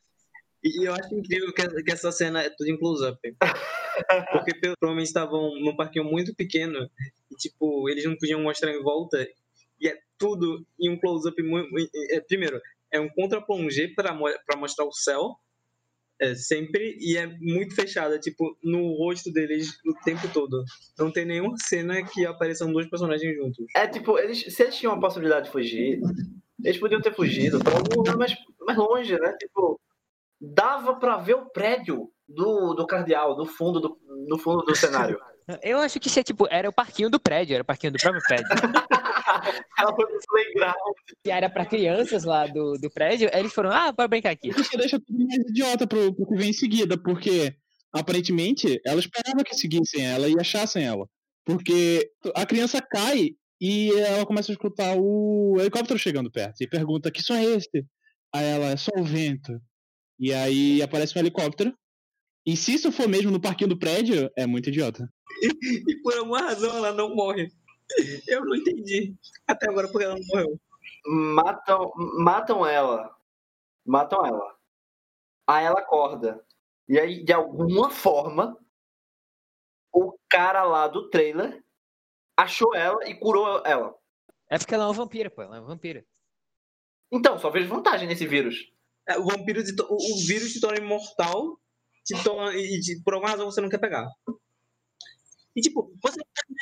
E eu acho incrível que, que essa cena é tudo em close-up. Porque provavelmente estavam num parquinho muito pequeno e, tipo, eles não podiam mostrar em volta. E é tudo em um close-up muito... É, primeiro, é um contra-plongé para mostrar o céu, é, sempre, e é muito fechada, tipo, no rosto deles o tempo todo. Não tem nenhuma cena que apareçam dois personagens juntos. É, tipo, eles, se eles tinham a possibilidade de fugir, eles podiam ter fugido pra algum lugar mais, mais longe, né? Tipo, dava pra ver o prédio do, do cardeal, do fundo do, no fundo do cenário. Eu acho que isso é, tipo, era o parquinho do prédio, era o parquinho do próprio prédio. Ela foi pro playground. Se era pra crianças lá do, do prédio, eles foram, ah, bora brincar aqui. Isso deixa tudo mais idiota pro, pro que vem em seguida, porque aparentemente ela esperava que seguissem ela e achassem ela. Porque a criança cai e ela começa a escutar o helicóptero chegando perto e pergunta, que som é esse? Aí ela, é só o vento. E aí aparece um helicóptero. E se isso for mesmo no parquinho do prédio, é muito idiota. E por alguma razão ela não morre. Eu não entendi. Até agora porque ela não morreu. Matam, matam ela. Matam ela. Aí ela acorda. E aí, de alguma forma, o cara lá do trailer achou ela e curou ela. É porque ela é uma vampira, pô. Ela é uma vampira. Então, só vejo vantagem nesse vírus. É, o vampiro, te, o, o vírus te torna imortal te torna, e te, por alguma razão você não quer pegar. E tipo, você não quer argumentar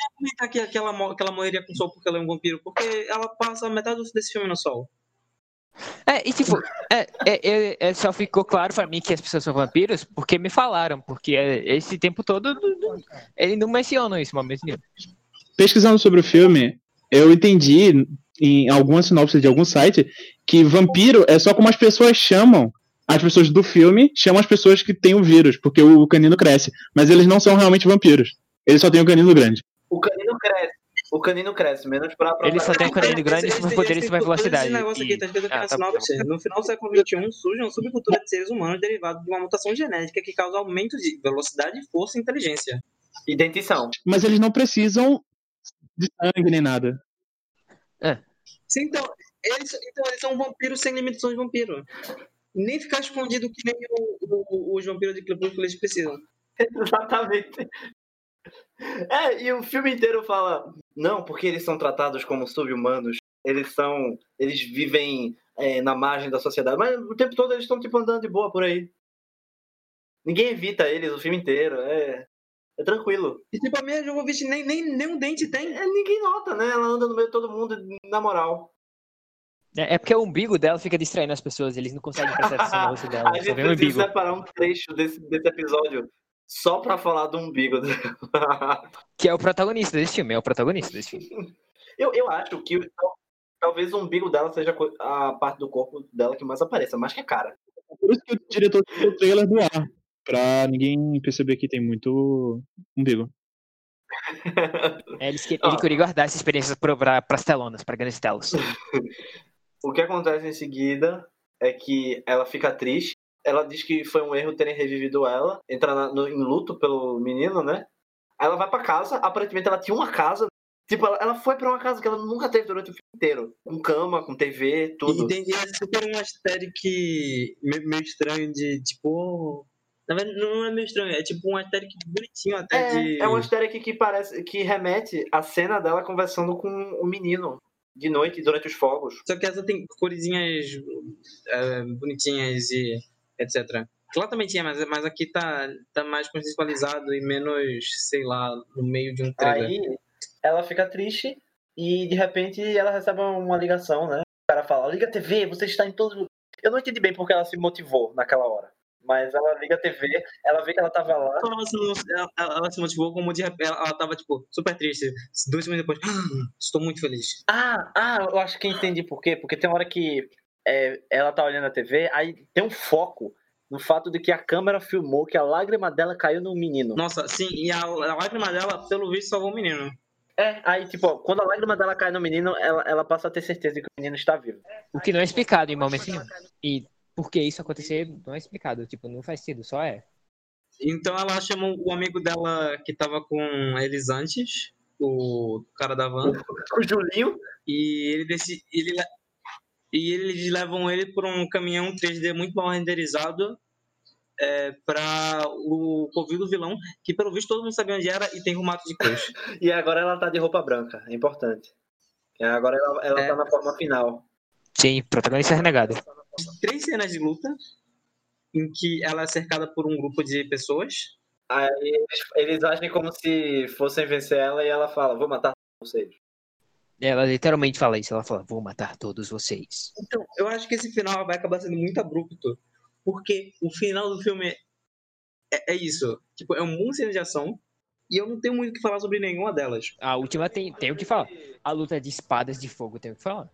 será que, que, ela, que ela morreria com o sol porque ela é um vampiro? Porque ela passa metade desse filme no sol. É, e tipo, é, é, é, é, só ficou claro pra mim que as pessoas são vampiros porque me falaram, porque esse tempo todo ele não menciona isso, momento nenhum. Pesquisando sobre o filme, eu entendi em alguma sinopse de algum site que vampiro é só como as pessoas chamam, as pessoas do filme chamam as pessoas que têm o vírus, porque o canino cresce, mas eles não são realmente vampiros, eles só têm o canino grande. O canino cresce. O canino cresce, menos pra... pra ele só tem um canino grande e os poderes de velocidade. Esse negócio aqui, tá escrito aqui ah, na tá sinopse. No final do século vinte e um, surge uma subcultura de seres humanos derivada de uma mutação genética que causa aumento de velocidade, força e inteligência. E dentição. Mas eles não precisam de sangue nem nada. É. Sim, então, eles, então, eles são vampiros sem limitações de vampiro. Nem ficar escondido que nem o, o, os vampiros de Crepúsculo eles precisam. Exatamente. É, e o filme inteiro fala, não, porque eles são tratados como sub-humanos, eles são, eles vivem é, na margem da sociedade, mas o tempo todo eles estão tipo andando de boa por aí. Ninguém evita eles o filme inteiro, é, é tranquilo. E tipo, a minha Jovovich nem, nem, nem um dente tem. É, ninguém nota, né? Ela anda no meio de todo mundo, na moral. É, é porque o umbigo dela fica distraindo as pessoas, eles não conseguem prestar atenção no rosto dela. A gente precisa separar um trecho desse, desse episódio só pra falar do umbigo dela. Que é o protagonista desse filme, é o protagonista desse filme. Eu, eu acho que talvez o umbigo dela seja a parte do corpo dela que mais apareça, mais que a cara. Por isso que o diretor tirou o trailer do ar, pra ninguém perceber que tem muito umbigo. É, ele, ele queria guardar essa experiência para as telonas, para grandes telas. O que acontece em seguida é que ela fica triste. Ela diz que foi um erro terem revivido ela, entra na, no, em luto pelo menino, né? Aí ela vai pra casa, aparentemente ela tinha uma casa. Tipo, ela, ela foi pra uma casa que ela nunca teve durante o filme inteiro. Com cama, com T V, tudo. E tem é super um aesthetic meio, meio estranho de, tipo... Na verdade, não é meio estranho, é tipo um aesthetic bonitinho até é, de... É um aesthetic que parece, que remete à cena dela conversando com o menino de noite, durante os fogos. Só que essa tem coresinhas uh, bonitinhas e etcétera. Lá também tinha, mas, mas aqui tá, tá mais contextualizado e menos, sei lá, no meio de um trailer. Aí ela fica triste e de repente ela recebe uma ligação, né? O cara fala, liga a T V, você está em todos... Eu não entendi bem porque ela se motivou naquela hora. Mas ela liga a T V, ela vê que ela tava lá. Ela se, ela, ela se motivou como de repente, ela, ela tava, tipo, super triste. Dois segundos depois, ah, estou muito feliz. Ah, ah, eu acho que entendi por quê. Porque tem uma hora que é, ela tá olhando a T V, aí tem um foco no fato de que a câmera filmou que a lágrima dela caiu no menino. Nossa, sim, e a, a lágrima dela, pelo visto, salvou o menino. É, aí, tipo, ó, quando a lágrima dela cai no menino, ela, ela passa a ter certeza de que o menino está vivo. O que não é explicado em momento nenhum. E por que isso acontecer não é explicado. Tipo, não faz sentido, só é. Então ela chamou o amigo dela que tava com eles antes, o cara da van. O Julinho. E ele decide, ele, e eles levam ele por um caminhão três D muito mal renderizado é, para o covil do vilão, que pelo visto todo mundo sabia onde era e tem rumato de cruz. E agora ela tá de roupa branca, é importante. Agora ela, ela é. tá na forma final. Sim, protagonista renegado. Três cenas de luta em que ela é cercada por um grupo de pessoas. Aí eles, eles agem como se fossem vencer ela e ela fala, vou matar vocês. Ela literalmente fala isso, ela fala, vou matar todos vocês. Então, eu acho que esse final vai acabar sendo muito abrupto, porque o final do filme é, é isso, tipo, é um bom cena de ação, e eu não tenho muito o que falar sobre nenhuma delas. A última tem, tem o que falar. A luta de espadas de fogo tem o que falar.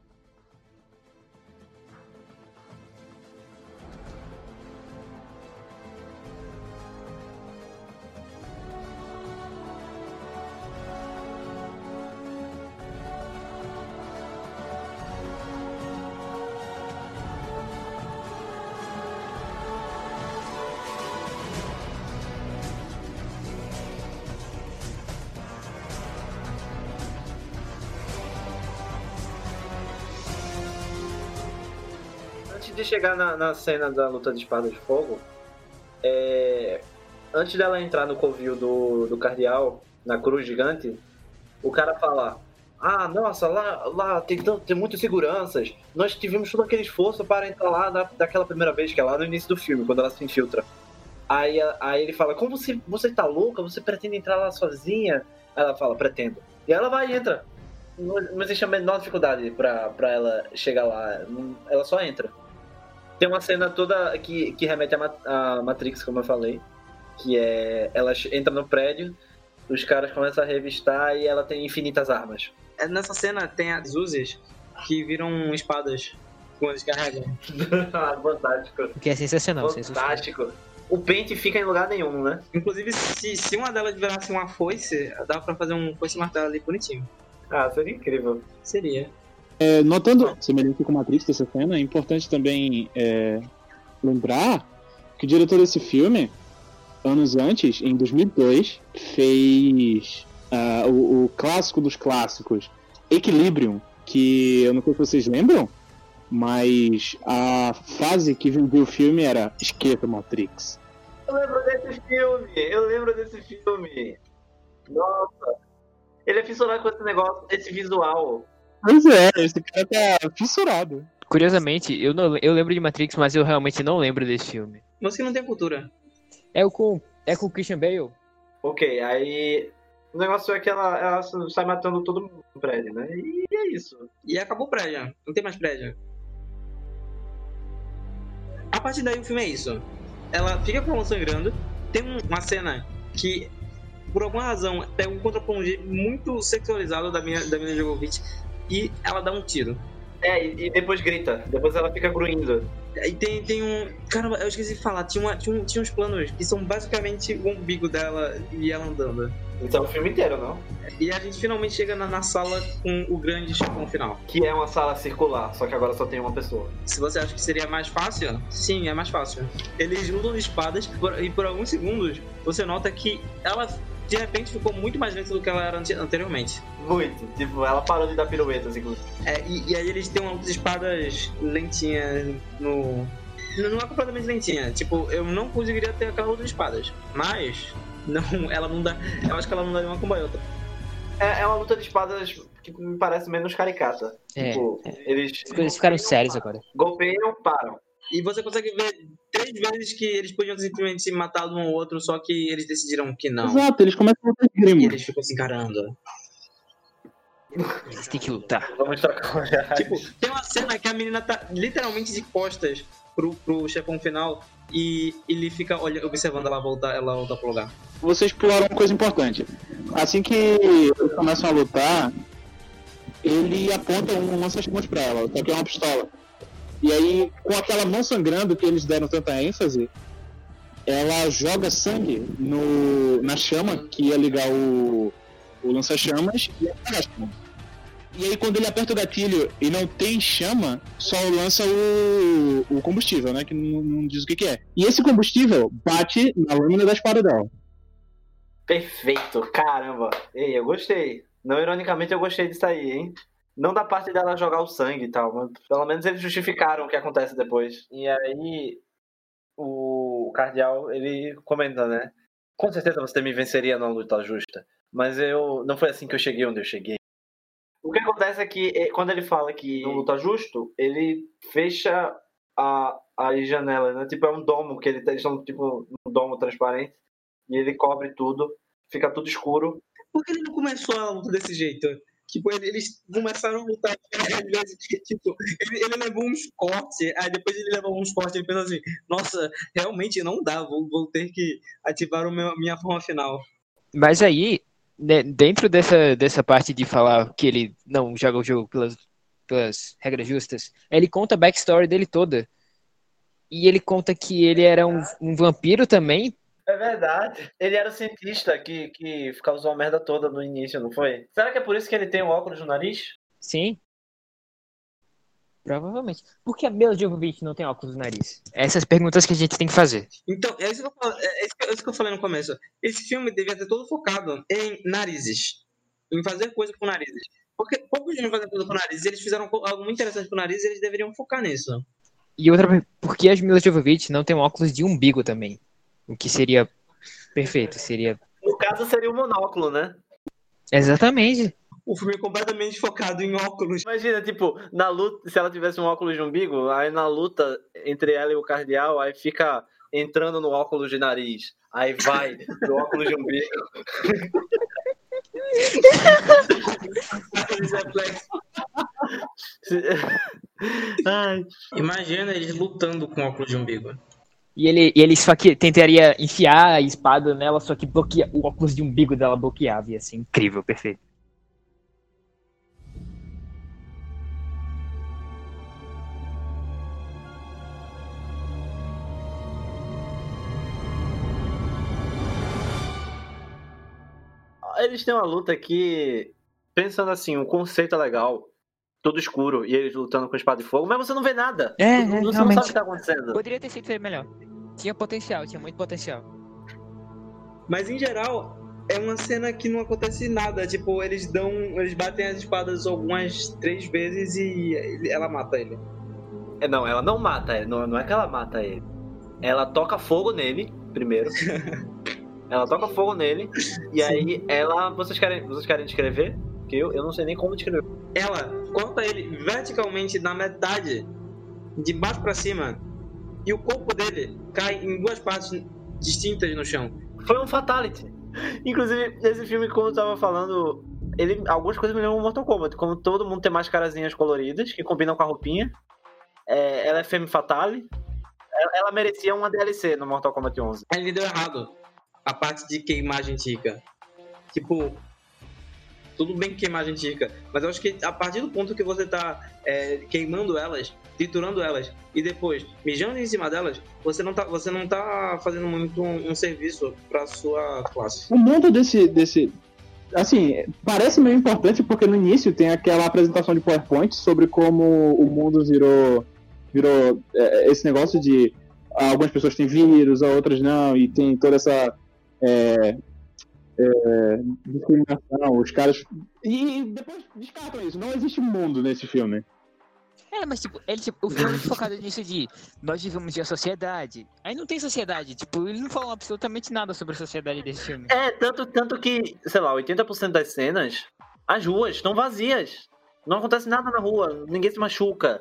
Antes de chegar na, na cena da luta de espada de fogo, é... antes dela entrar no covil do, do cardeal, na cruz gigante, o cara fala, ah, nossa, lá, lá tem, tem muitas seguranças, nós tivemos todo aquele esforço para entrar lá da, daquela primeira vez, que é lá no início do filme, quando ela se infiltra. Aí, aí ele fala, como você, você tá louca, você pretende entrar lá sozinha? Aí ela fala, pretendo. E ela vai e entra. Não, não existe a menor dificuldade pra, pra ela chegar lá. Não- Ela só entra. Tem uma cena toda que, que remete a, Ma- a Matrix, como eu falei. Que é... Ela che- entra no prédio, os caras começam a revistar e ela tem infinitas armas. É, nessa cena tem as Uzis que viram espadas quando eles carregam. Fantástico. O que é sensacional, sensacional. Fantástico. O pente fica em lugar nenhum, né? Inclusive, se, se uma delas virasse uma foice, dava pra fazer um foice martelo ali bonitinho. Ah, seria incrível. Seria. É, notando semelhança com Matrix dessa cena, é importante também é, lembrar que o diretor desse filme, anos antes, em dois mil e dois, fez ah, o, o clássico dos clássicos, Equilibrium, que eu não sei se vocês lembram, mas a fase que vendia o filme era esqueça Matrix. Eu lembro desse filme, eu lembro desse filme. Nossa. Ele é fissurado com esse negócio, esse visual. Pois é, esse cara tá fissurado. Curiosamente, eu, não, eu lembro de Matrix, mas eu realmente não lembro desse filme. Você que não tem cultura. É o com, é com o Christian Bale? Ok, aí o negócio é que ela, ela sai matando todo mundo no prédio, né? E é isso. E acabou o prédio. Não tem mais prédio. A partir daí o filme é isso. Ela fica com a mão sangrando. Tem um- uma cena que, por alguma razão, pega um contra-plongé muito sexualizado da minha, da Mila Jovovich e ela dá um tiro. É, e, e depois grita, depois ela fica gruindo. E tem, tem um... Caramba, eu esqueci de falar. Tinha, uma, tinha, um- tinha uns planos que são basicamente o umbigo dela e ela andando. Então o filme inteiro, não? E a gente finalmente chega na, na sala com o grande chefão final. Que é uma sala circular, só que agora só tem uma pessoa. Se você acha que seria mais fácil, sim, é mais fácil. Eles usam espadas por- e por alguns segundos você nota que ela de repente ficou muito mais lenta do que ela era ante- anteriormente. Muito. Tipo, ela parou de dar piruetas, inclusive. É, e, e aí eles têm uma luta de espadas lentinha no. Não não é completamente lentinha. Tipo, eu não conseguiria ter aquela luta de espadas. Mas, não, ela não dá. Eu acho que ela não dá nenhuma comboiota. É, é uma luta de espadas que me parece menos caricata. É, tipo, eles As coisas ficaram sérias agora. golpeiam, param. E você consegue ver três vezes que eles podiam simplesmente matar um ao outro, só que eles decidiram que não. Exato, eles começam a lutar de E grima. eles ficam se encarando. Eles têm que lutar. Vamos trocar olhares. Tipo, tem uma cena que a menina tá literalmente de costas pro, pro chefão final e ele fica olha, observando ela voltar, ela voltar pro lugar. Vocês pularam uma coisa importante. Assim que eles começam a lutar, ele aponta um lança-chamas pra ela, só que é uma pistola. E aí, com aquela mão sangrando que eles deram tanta ênfase, ela joga sangue no, na chama que ia ligar o, o lança-chamas e apaga a chama. E aí, quando ele aperta o gatilho e não tem chama, só lança o, o combustível, né? Que não, não diz o que, que é. E esse combustível bate na lâmina da espada dela. Perfeito, caramba. Ei, eu gostei. Não ironicamente, eu gostei disso aí, hein? Não da parte dela jogar o sangue e tal, mas pelo menos eles justificaram o que acontece depois. E aí, o cardeal, ele comenta, né? Com certeza você me venceria numa luta justa, mas eu não foi assim que eu cheguei onde eu cheguei. O que acontece é que, eh, quando ele fala que não luta justo, ele fecha a, as janelas, né? Tipo, é um domo, que ele, eles estão tipo um domo transparente, e ele cobre tudo, fica tudo escuro. Por que ele não começou a luta desse jeito? Tipo, ele- eles começaram a lutar às vezes, tipo, ele, ele levou uns cortes, aí depois ele levou uns cortes e ele pensou assim, nossa, realmente não dá, vou, vou ter que ativar a minha, minha forma final. Mas aí, né, dentro dessa, dessa parte de falar que ele não joga o jogo pelas, pelas regras justas, ele conta a backstory dele toda. E ele conta que ele era um, um vampiro também. É verdade. Ele era o cientista que, que causou a merda toda no início, não foi? Será que é por isso que ele tem o óculos no nariz? Sim. Provavelmente. Por que a Mila Jovovich não tem óculos no nariz? Essas perguntas que a gente tem que fazer. Então, é isso que eu, falo- é isso que, é isso que eu falei no começo. Esse filme devia ter todo focado em narizes. Em fazer coisa com narizes. Porque poucos filmes fazem coisa com narizes. Eles fizeram co- algo muito interessante com narizes e eles deveriam focar nisso. E outra, por que as Mila Jovovich não tem um óculos de umbigo também? O que seria perfeito, seria... No caso, seria o monóculo, né? Exatamente. O filme é completamente focado em óculos. Imagina, tipo, na luta, se ela tivesse um óculos de umbigo, aí na luta entre ela e o cardeal, aí fica entrando no óculos de nariz. Aí vai pro óculos de umbigo. Ai. Imagina eles lutando com óculos de umbigo. E ele, e ele só que tentaria enfiar a espada nela, só que bloqueia, o óculos de umbigo dela bloqueava. Ia ser incrível, perfeito. Eles têm uma luta que, pensando assim, o conceito é legal, todo escuro, e eles lutando com espada de fogo, mas você não vê nada. É, você é, não realmente. sabe o que tá acontecendo. Poderia ter sido melhor. Tinha potencial, tinha muito potencial. Mas em geral, é uma cena que não acontece nada. Tipo, eles dão. Eles batem as espadas algumas três vezes e ele- ela mata ele. É, não, ela não mata ele, não, não é que ela mata ele. Ela toca fogo nele, primeiro. Ela toca fogo nele, e aí ela... Vocês querem, vocês querem descrever? Porque eu, eu não sei nem como descrever. Ela corta ele verticalmente na metade, de baixo pra cima, e o corpo dele cai em duas partes distintas no chão. Foi um fatality. Inclusive, nesse filme, como eu tava falando, ele, algumas coisas me lembram Mortal Kombat. Como todo mundo tem máscarazinhas coloridas, que combinam com a roupinha. É, ela é Femme Fatale. Ela, ela merecia uma D L C no Mortal Kombat onze. Aí ele deu errado a parte de queimar a gentica. Tipo, tudo bem que queimar a gentica, mas eu acho que a partir do ponto que você tá é, queimando elas, triturando elas, e depois mijando em cima delas, você não tá, você não tá fazendo muito um, um serviço pra sua classe. O mundo desse, desse. Assim, parece meio importante porque no início tem aquela apresentação de PowerPoint sobre como o mundo virou. Virou é, esse negócio de algumas pessoas têm vírus, outras não, e tem toda essa. É, é, discriminação, os caras. E depois descartam isso, não existe mundo nesse filme. É, mas tipo, ele, tipo, o filme é focado nisso de nós vivemos de a sociedade. Aí não tem sociedade, tipo, eles não falam absolutamente nada sobre a sociedade desse filme. É, tanto, tanto que, sei lá, oitenta por cento das cenas, as ruas estão vazias. Não acontece nada na rua, ninguém se machuca.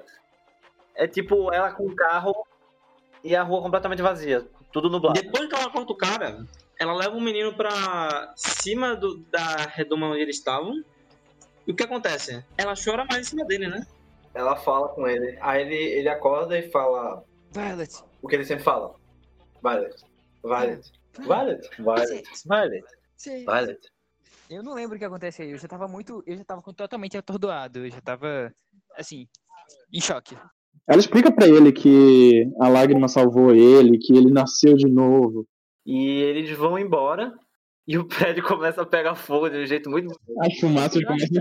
É tipo, ela com o carro e a rua completamente vazia, tudo nublado. Depois que ela corta o cara, ela leva o menino pra cima do, da redoma onde eles estavam. E o que acontece? Ela chora mais em cima dele, né? Ela fala com ele, aí ele, ele acorda e fala Violet, o que ele sempre fala. Violet, Violet, Violet, Violet, Violet, sim. Violet. Eu não lembro o que acontece aí, eu já tava muito, eu já tava totalmente atordoado, eu já tava, assim, em choque. Ela explica pra ele que a lágrima salvou ele, que ele nasceu de novo. E eles vão embora e o prédio começa a pegar fogo de um jeito muito... A fumaça começa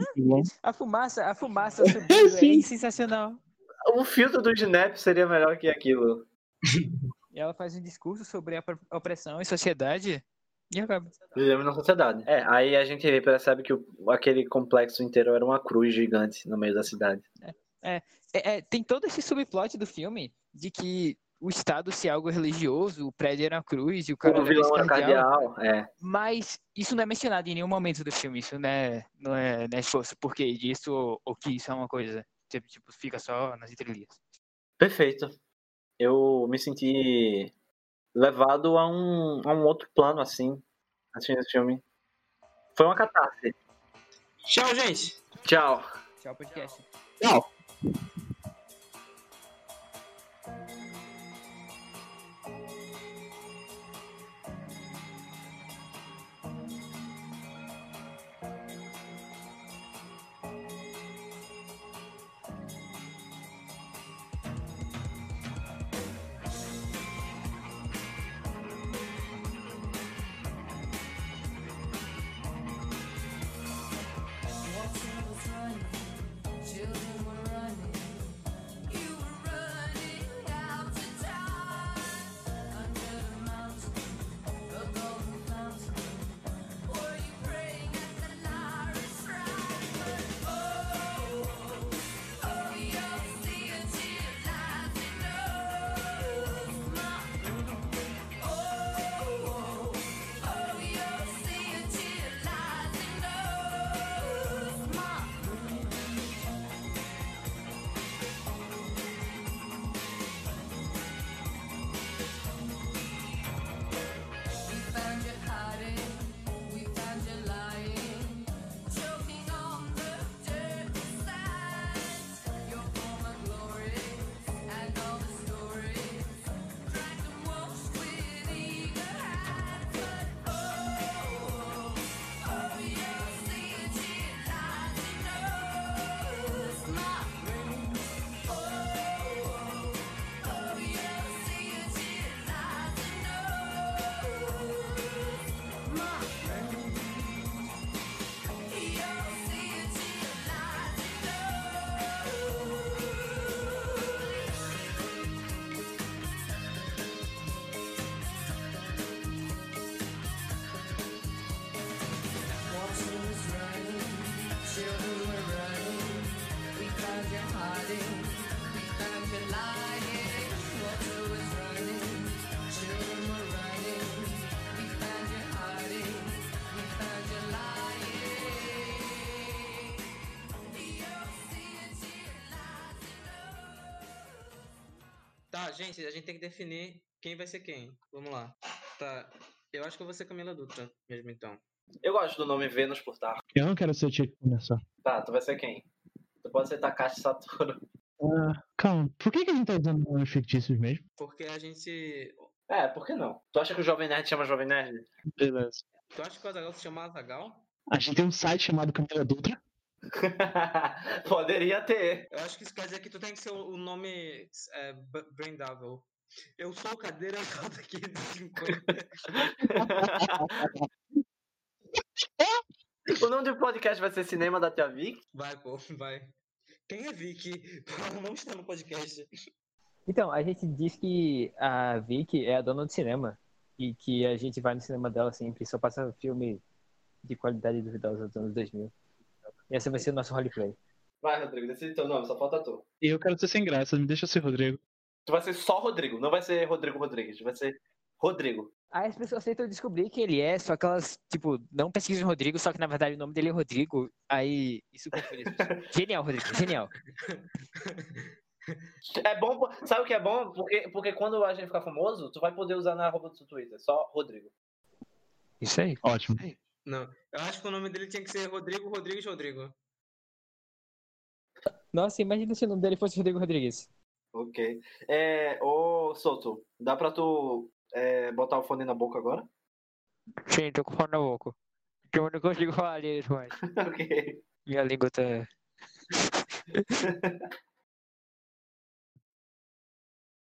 A fumaça, a fumaça subindo Sim. é sensacional. O filtro do Snap seria melhor que aquilo. E ela faz um discurso sobre a pro- opressão e sociedade e acaba. Vivemos na sociedade. É, aí a gente percebe que o, aquele complexo inteiro era uma cruz gigante no meio da cidade. É, é, tem todo esse subplot do filme de que o Estado ser algo religioso, o prédio era uma cruz e o cara O vilão era era esse cardeal. cardeal, é. Mas isso não é mencionado em nenhum momento do filme. Isso não é, não é, não é esforço porquê disso ou, ou que isso é uma coisa. Tipo, tipo, fica só nas entrelinhas. Perfeito. Eu me senti levado a um, a um outro plano, assim, assistindo esse filme. Foi uma catarse. Tchau, gente! Tchau. Tchau, podcast. Tchau. Children were running, gente, a gente tem que definir quem vai ser quem. Vamos lá. Tá. Eu acho que eu vou ser Camila Dutra mesmo, então. Eu gosto do nome Vênus por Tarko. Eu não quero ser o Chico começar. Tá, tu vai ser quem? Tu pode ser Takashi Satoru. Ah, calma, por que, que a gente tá usando nomes fictícios mesmo? Porque a gente... É, por que não? Tu acha que o Jovem Nerd chama Jovem Nerd? Beleza. Tu acha que o Azaghal se chama Azaghal? A gente tem um site chamado Camila Dutra. Poderia ter. Eu acho que isso quer dizer que tu tem que ser o o nome é, B- Brandável. Eu sou o cadeira alta quinhentos e cinquenta. O nome do podcast vai ser Cinema da Tia Vic? Vai, pô, vai. Quem é Vicky? Ela não está no podcast. Então, a gente diz que a Vicky é a dona do cinema e que a gente vai no cinema dela sempre, só passa filme de qualidade duvidosa dos anos dois mil. E esse vai ser o nosso roleplay. Vai, Rodrigo, decide teu nome, só falta tu. E eu quero ser sem graça, me deixa ser Rodrigo. Tu vai ser só Rodrigo, não vai ser Rodrigo Rodrigues, vai ser Rodrigo. Aí as pessoas tentam descobrir quem ele é, só que elas, tipo, não pesquisam Rodrigo, só que na verdade o nome dele é Rodrigo. Aí isso confunde as pessoas. Genial, Rodrigo, genial. É bom, sabe o que é bom? Porque, porque quando a gente ficar famoso, tu vai poder usar na arroba do seu Twitter, só Rodrigo. Isso aí. Ótimo. Não, eu acho que o nome dele tinha que ser Rodrigo Rodrigues Rodrigo. Nossa, imagina se o nome dele fosse Rodrigo Rodrigues. Ok. É, ô, Soto, dá pra tu é, botar o fone na boca agora? Sim, tô com fome na boca. Eu não consigo falar direito mais. Ok. Minha língua tá...